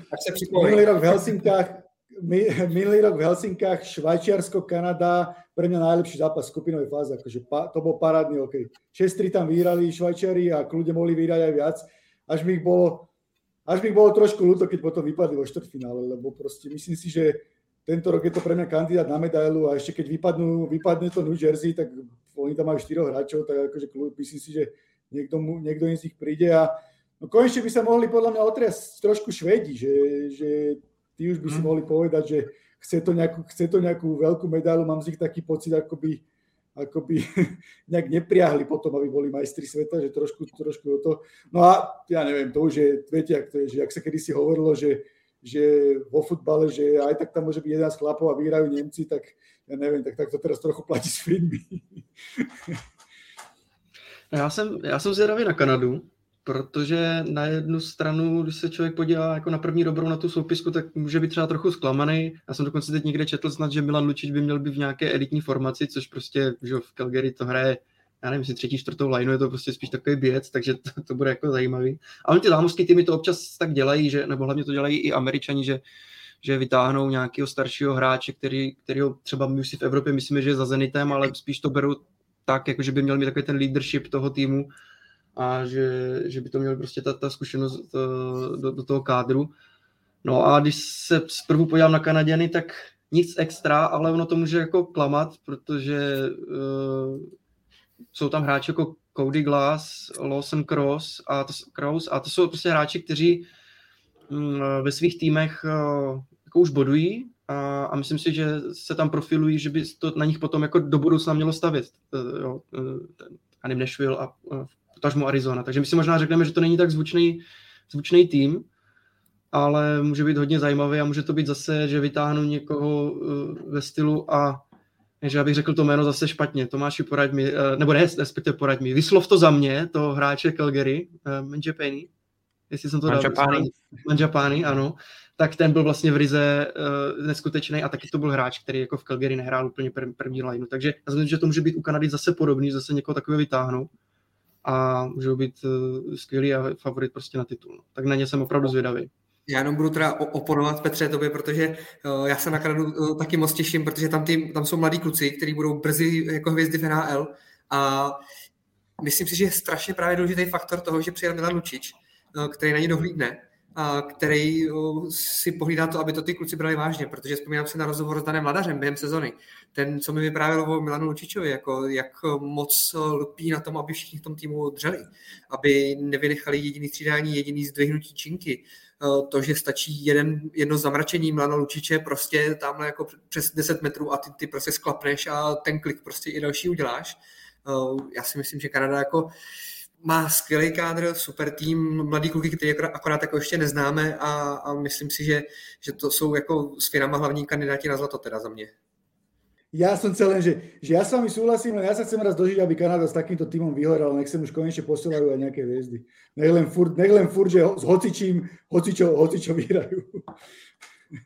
minulý rok v Helsinkách Švajčiarsko, Kanada, pre mňa najlepší zápas skupinovej fáze. Akože to bol parádny hokej. 6-3 tam vyhrali Švajčiari a kľudne mohli vyhrať aj viac. Až mi ich bolo trošku ľúto, keď potom vypadli vo štvrťfinále, lebo proste myslím si, že tento rok je to pre mňa kandidát na medailu a ešte keď vypadne to New Jersey, tak oni tam majú 4 hráčov, tak akože myslím si, že niekto z nich príde a no konečne by sa mohli podľa mňa otriasť trošku Švédi, že tí už by si mohli povedať, že chce to nejakú veľkú medailu, mám z nich taký pocit, ako by nejak nepriahli potom, aby boli majstri sveta, že trošku o to. No a ja neviem, to už je, viete, jak to je, že ak sa kedysi hovorilo, že vo futbale, že aj tak tam môže byť 11 chlapov a vyhrajú Nemci, tak ja neviem, tak to teraz trochu platí s Finmi. Já jsem zvědavý na Kanadu, protože na jednu stranu, když se člověk podívá jako na první dobrou na tu soupisku, tak může být třeba trochu zklamaný. Já jsem dokonce teď někde četl snad, že Milan Lučič by měl být v nějaké elitní formaci, což prostě že v Calgary to hraje, já nevím, si 3., 4. lineu, je to prostě spíš takový běc, takže to bude jako zajímavý. Ale ty zámořské týmy to občas tak dělají, že, nebo hlavně to dělají i Američani, že vytáhnou nějakého staršího hráče, kterýho třeba my si v Evropě myslíme, že je za Zenitem, ale spíš to berou tak, jako že by měl mít takový ten leadership toho týmu a že by to měl prostě ta zkušenost do toho kádru. No a když se zprvu podívám na Kanaděny, tak nic extra, ale ono to může jako klamat, protože jsou tam hráči jako Cody Glass, Lawson Cross a to jsou prostě hráči, kteří ve svých týmech jako už bodují a myslím si, že se tam profilují, že by to na nich potom jako do budoucna mělo stavět. Nashville a potažmo Arizona. Takže my si možná řekneme, že to není tak zvučný tým, ale může být hodně zajímavý a může to být zase, že vytáhnu někoho ve stylu a že abych řekl to jméno zase špatně. Tomáši, poraď mi, nebo ne, respektive poraď mi. Vyslov to za mě, to hráče Calgary, Mangiapane, jestli jsem to dal. Mangiapane, ano. Tak ten byl vlastně v Rize neskutečný a taky to byl hráč, který jako v Calgary nehrál úplně první lineu. Takže já myslím, že to může být u Kanady zase podobný, zase někoho takového vytáhnou a můžou být skvělý a favorit prostě na titul. Tak na ně jsem opravdu zvědavý. Já jenom budu teda oponovat, Petře, tobě, protože já se na Kanadu taky moc těším, protože tam jsou mladí kluci, kteří budou brzy jako hvězdy v NHL a myslím si, že je strašně právě důležitý faktor toho, že přijel Milan Lučič, který na ně dohlídne a který si pohlídá to, aby to ty kluci brali vážně, protože vzpomínám si na rozhovor s Danem Vladařem během sezony. Ten, co mi vyprávěl o Milanu Lučičovi, jako jak moc lpí na tom, aby všichni v tom týmu dřeli, aby nevynechali jediný střídání, jediný zdvihnutí činky. To, že stačí jedno zamračení Milana Lučiče prostě tamhle jako přes 10 metrů a ty prostě sklapneš a ten klik prostě i další uděláš. Já si myslím, že Kanada jako má skvělý kádr, super tým, mladý kluky, který akorát jako ještě neznáme a myslím si, že to jsou jako s Finama hlavní kandidáti na zlato teda za mě. Ja som chcel len, že ja s vami súhlasím, len ja sa chcem raz dožiť, aby Kanada s takýmto týmom vyhorala, nech sa už konečne posielajú aj nejaké hviezdy. Nech len furt, že s hocičo vyhrajú.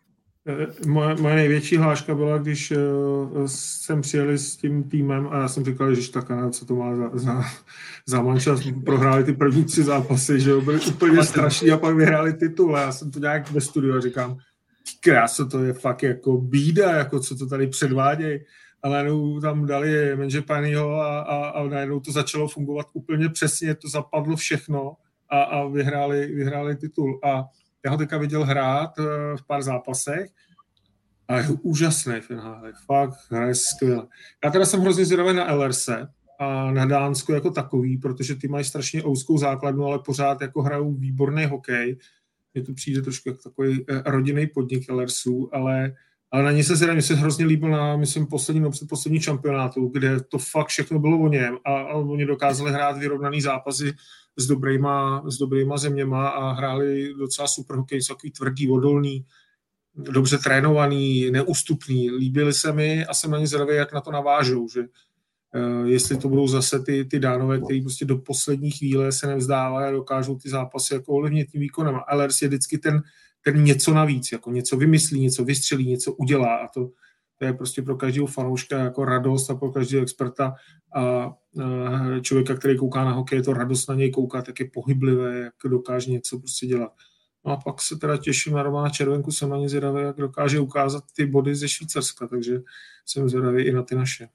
Moje největší hláška byla, když jsem přijeli s tím týmem a já jsem říkal, že tak, co to má za mančas, prohráli ty první 3 zápasy, že jo, byli úplně strašní a pak vyhráli titul a já jsem to nějak ve studiu a říkám, kráso, to je fakt jako bída, jako co to tady předvádějí, ale najednou tam dali Mangiapaneho a najednou to začalo fungovat úplně přesně, to zapadlo všechno a vyhráli titul a já ho teďka viděl hrát v pár zápasech a je úžasný finálek, fakt hraje skvěle. Já teda jsem hrozně zvědavý na LRC a na Dánsko jako takový, protože ty mají strašně ouzkou základnu, ale pořád jako hrajou výborný hokej. Mně to přijde trošku jako takový rodinný podnik LRCů, ale na ně se zvědavý, mně se hrozně líbil na, myslím, poslední šampionátu, kde to fakt všechno bylo o něm a oni dokázali hrát vyrovnaný zápasy s dobrýma zeměma a hráli docela super hokej, jsou takový tvrdý, odolný, dobře trénovaný, neústupný. Líbili se mi a jsem na ně zvědavý, jak na to navážou, že jestli to budou zase ty Dánové, kteří prostě do poslední chvíle se nevzdávají a dokážou ty zápasy jako ovlivnit tím výkonem. A LRC je vždycky ten něco navíc, jako něco vymyslí, něco vystřelí, něco udělá a to je prostě pro každého fanouška jako radost a pro každého experta a člověka, který kouká na hokej, je to radost na něj koukat, jak je pohyblivé, jak dokáže něco prostě dělat. No a pak se teda těším na Romana Červenku, jsem na ně zvědavý, jak dokáže ukázat ty body ze Švýcarska, takže jsem zvědavý i na ty naše.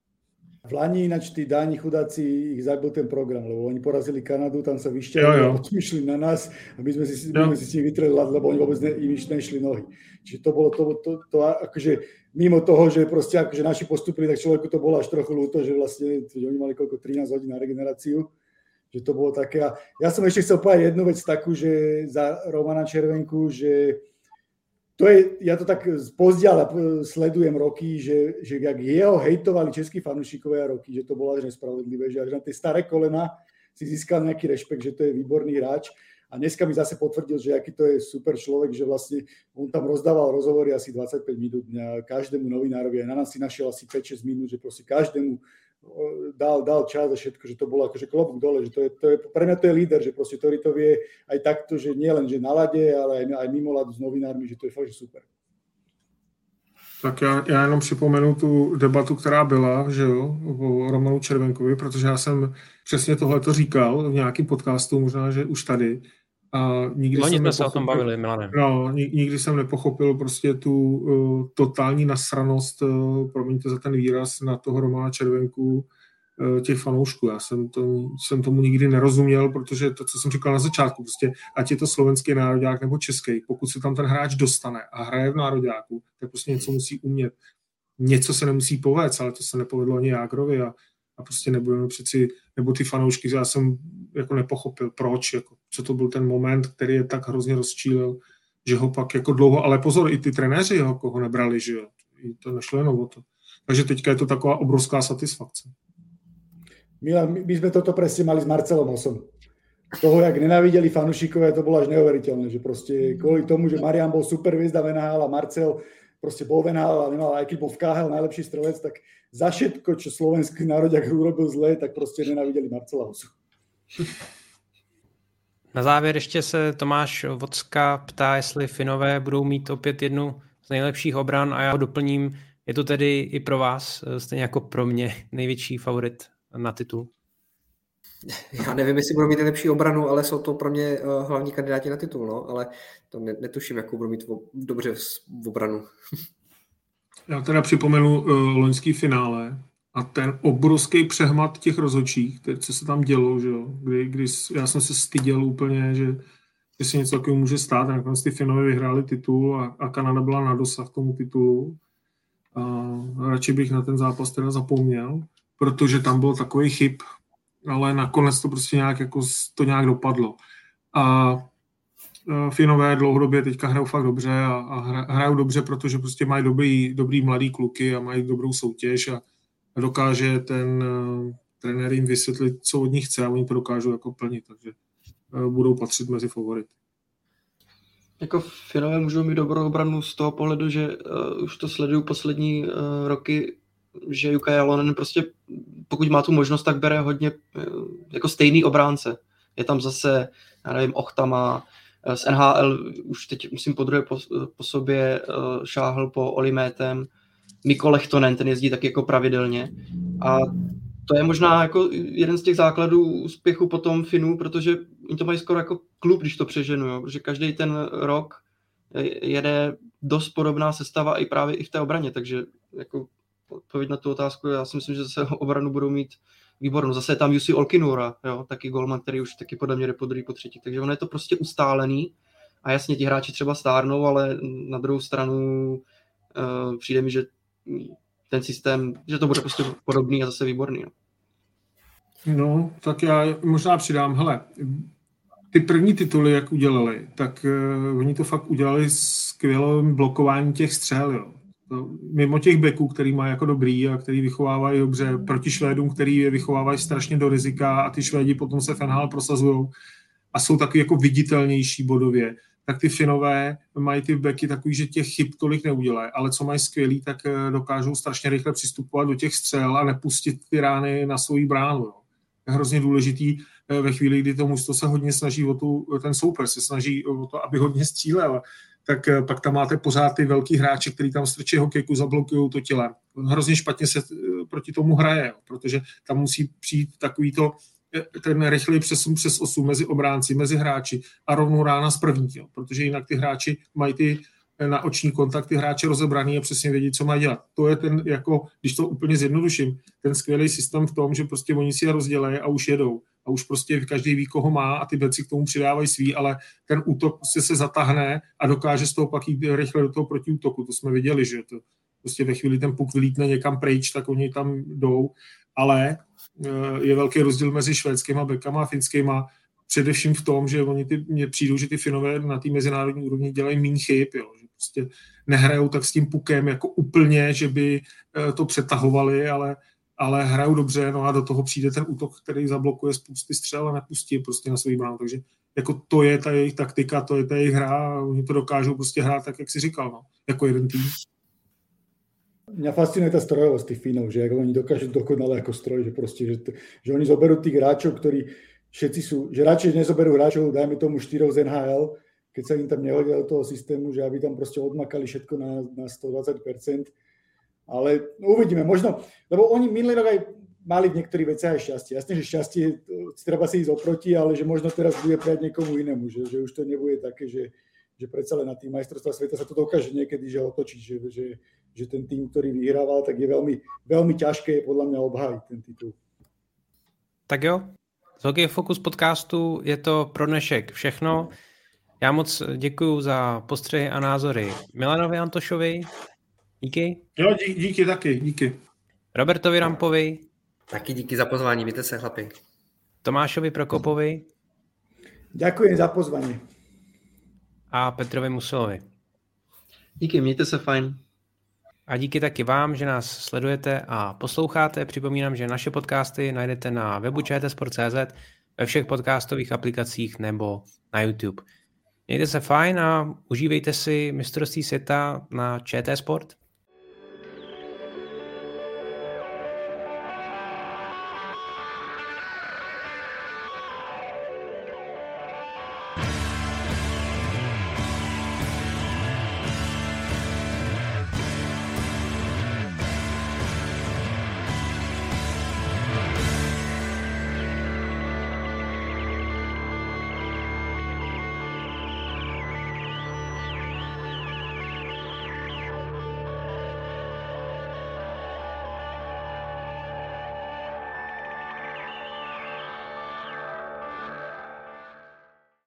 V Lani ináč tí Dáni chudáci ich zabil ten program, lebo oni porazili Kanadu, tam sa vyšťali a potom išli na nás a my sme si s nimi vytreli ľad, lebo oni vôbec nešli nohy. Čiže to bolo to akože mimo toho, že proste akože naši postupili, tak človeku to bolo až trochu ľúto, že vlastne oni mali koľko 13 hodín na regeneráciu, že to bolo také. A ja som ešte chcel povedať jednu vec takú, že za Romana Červenku, že to je, ja to tak pozdiaľ sledujem roky, že jak jeho hejtovali českí fanúšikovia roky, že to bolo až nespravodlivé, že až na tie staré kolena si získal nejaký rešpekt, že to je výborný hráč. A dneska mi zase potvrdil, že aký to je super človek, že vlastne on tam rozdával rozhovory asi 25 minút dňa každému novinárovi, aj na nás si našiel asi 5-6 minút, že proste každému dal čas a všetko, že to bolo akože klobúk dole, že to je, pre mňa to je líder, že proste ktorý to vie aj takto, že nie len že na lade, ale aj mimo ladu s novinármi, že to je fakt, že super. Tak já jenom připomenu tu debatu, která byla, že jo, o Romanu Červenkovi, protože já jsem přesně tohleto říkal v nějakém podcastu, možná, že už tady. A nikdy jsme se o tom bavili, Milane. No, nikdy jsem nepochopil prostě tu totální nasranost, promiňte za ten výraz, na toho Romana Červenku těch fanoušků. Já jsem tomu nikdy nerozuměl, protože to, co jsem říkal na začátku, prostě ať je to slovenský nároďák nebo český, pokud se tam ten hráč dostane a hraje v nároďáku, tak prostě něco musí umět. Něco se nemusí povést, ale to se nepovedlo ani Jágrovi a prostě nebudeme přeci, nebo ty fanoušky, já jsem jako nepochopil, proč, jako, co to byl ten moment, který je tak hrozně rozčílil, že ho pak jako dlouho, ale pozor, i ty trenéři ho nebrali, že jo, to nešlo jenom o to. Takže teďka je to taková obrovská satisfakce. Milan, my sme toto presne mali s Marcelom Osom. Toho, jak nenávideli fanúšikovia, to bolo až neuveriteľné, že proste kvôli tomu, že Marian bol super hviezda v NHL a Marcel proste bol v NHL a nemal, aj keď bol v KHL najlepší strelec, tak za všetko, čo slovenský nároďak urobil zle, tak proste nenávideli Marcela Osu. Na závěr ještě se Tomáš Vocka ptá, jestli Finové budou mít opět jednu z nejlepších obran a já ho doplním, je to tedy i pro vás, stejně jako pro mě, největší favorit na titul. Já nevím, jestli budou mít nejlepší obranu, ale jsou to pro mě hlavní kandidáti na titul, no, ale to netuším, jakou budou mít dobře v obranu. Já teda připomenu loňský finále a ten obrovský přehmat těch rozhodčích, co se tam dělo, že jo, kdy já jsem se styděl úplně, že se něco takového může stát a nakonec ty Finové vyhráli titul a Kanada byla na dosah tomu titulu. A radši bych na ten zápas teda zapomněl, protože tam byl takový chyb, ale nakonec to prostě nějak dopadlo. A Finové dlouhodobě teďka hrajou fakt dobře a hrajou dobře, protože prostě mají dobrý mladý kluky a mají dobrou soutěž a dokáže ten trenér jim vysvětlit, co od nich chce a oni to dokážou jako plnit, takže budou patřit mezi favority. Jako Finové můžou mít dobrou obranu z toho pohledu, že už to sleduju poslední roky, že Jukka Jalonen prostě, pokud má tu možnost, tak bere hodně jako stejný obránce. Je tam zase, já nevím, Ochtama, Z NHL už teď, myslím, podruhé po sobě šáhl po Olimétem. Mikko Lehtonen, ten jezdí taky jako pravidelně. A to je možná jako jeden z těch základů úspěchu potom Finů, protože oni to mají skoro jako klub, když to přeženu, jo? Protože každý ten rok jede dost podobná sestava i právě i v té obraně, takže jako odpověď na tu otázku, já si myslím, že zase obranu budou mít výbornou. Zase je tam Jussi Olkinuora, jo? Taky golman, který už taky podle mě jde po druhý, po třetí, takže ono je to prostě ustálený a jasně ti hráči třeba stárnou, ale na druhou stranu přijde mi, že ten systém, že to bude prostě podobný a zase výborný. No, tak já možná přidám, hele, ty první tituly, jak udělali, tak oni to fakt udělali skvělým blokováním těch střel, jo. Mimo těch beků, který má jako dobrý a který vychovávají dobře, proti Švédům, který je vychovávají strašně do rizika a ty Švédi potom se v NHL prosazujou a jsou taky jako viditelnější bodově, tak ty Finové mají ty beky takový, že těch chyb tolik neudělají, ale co mají skvělý, tak dokážou strašně rychle přistupovat do těch střel a nepustit ty rány na svoji bránu. Jo. Je hrozně důležitý ve chvíli, kdy to mužstvo se hodně snaží ten soupeř se snaží o to, aby hodně střílel, tak pak tam máte pořád ty velký hráči, který tam strčí hokejku, zablokují to tělem. Hrozně špatně se proti tomu hraje, jo, protože tam musí přijít takovýto ten rychlý přesun přes osu mezi obránci, mezi hráči a rovnou rána z první, jo, protože jinak ty hráči mají ty na oční kontakt, ty hráči rozebraný a přesně vědí, co mají dělat. To je ten, jako, když to úplně zjednoduším, ten skvělý systém v tom, že prostě oni si je rozdělají a už jedou. A už prostě každý ví, koho má a ty beci k tomu přidávají svý, ale ten útok prostě se zatáhne a dokáže z toho pak jít rychle do toho protiútoku. To jsme viděli, že to prostě ve chvíli ten puk vylítne někam pryč, tak oni tam jdou, ale je velký rozdíl mezi švédskýma bekama a finskýma, především v tom, že oni mně přijdou, že ty Finové na té mezinárodní úrovni dělají méně chyb, jo, že prostě nehrajou tak s tím pukem jako úplně, že by to přetahovali, ale hrajou dobře, no a do toho přijde ten útok, který zablokuje spousty střel a nepustí prostě na svou bránu, takže jako to je ta jejich taktika, to je ta jejich hra a oni to dokážou prostě hrát tak, jak si říkal, no, jako jeden tým. Mňa fascinuje tá strojovosť tých Fínov, že ako oni dokážu dokonale ako stroj, že proste, že oni zoberú tých hráčov, ktorí všetci sú, že radšej nezoberú hráčov, dajme tomu 4 z NHL, keď sa im tam nehodia do toho systému, že aby tam proste odmakali všetko na 120%. Ale uvidíme, možno, lebo oni minulý rok aj mali v niektorých veciach aj šťastie. Jasne, že šťastie, treba si ísť oproti, ale že možno teraz bude prijať niekomu inému, že už to nebude také, že predsa len na tým majstrovstvách sveta sa to dokáže niekedy že otočiť, že ten tým, ktorý vyhrával, tak je veľmi, veľmi ťažké podľa mňa obhájiť ten titul. Tak jo, z Hokej Focus podcastu je to pro dnešek všechno. Já moc děkuju za postřehy a názory Milanovi Antošovi. Díky. Jo, díky taky, díky. Robertovi Rampovi. Taky díky za pozvání, mějte se chlapi. Tomášovi Prokopovi. Ďakujem za pozvanie. A Petrovi Musilovi. Díky, mějte se fajn. A díky taky vám, že nás sledujete a posloucháte. Připomínám, že naše podcasty najdete na webu čtsport.cz, ve všech podcastových aplikacích nebo na YouTube. Mějte se fajn a užívejte si mistrovství světa na ČT Sport.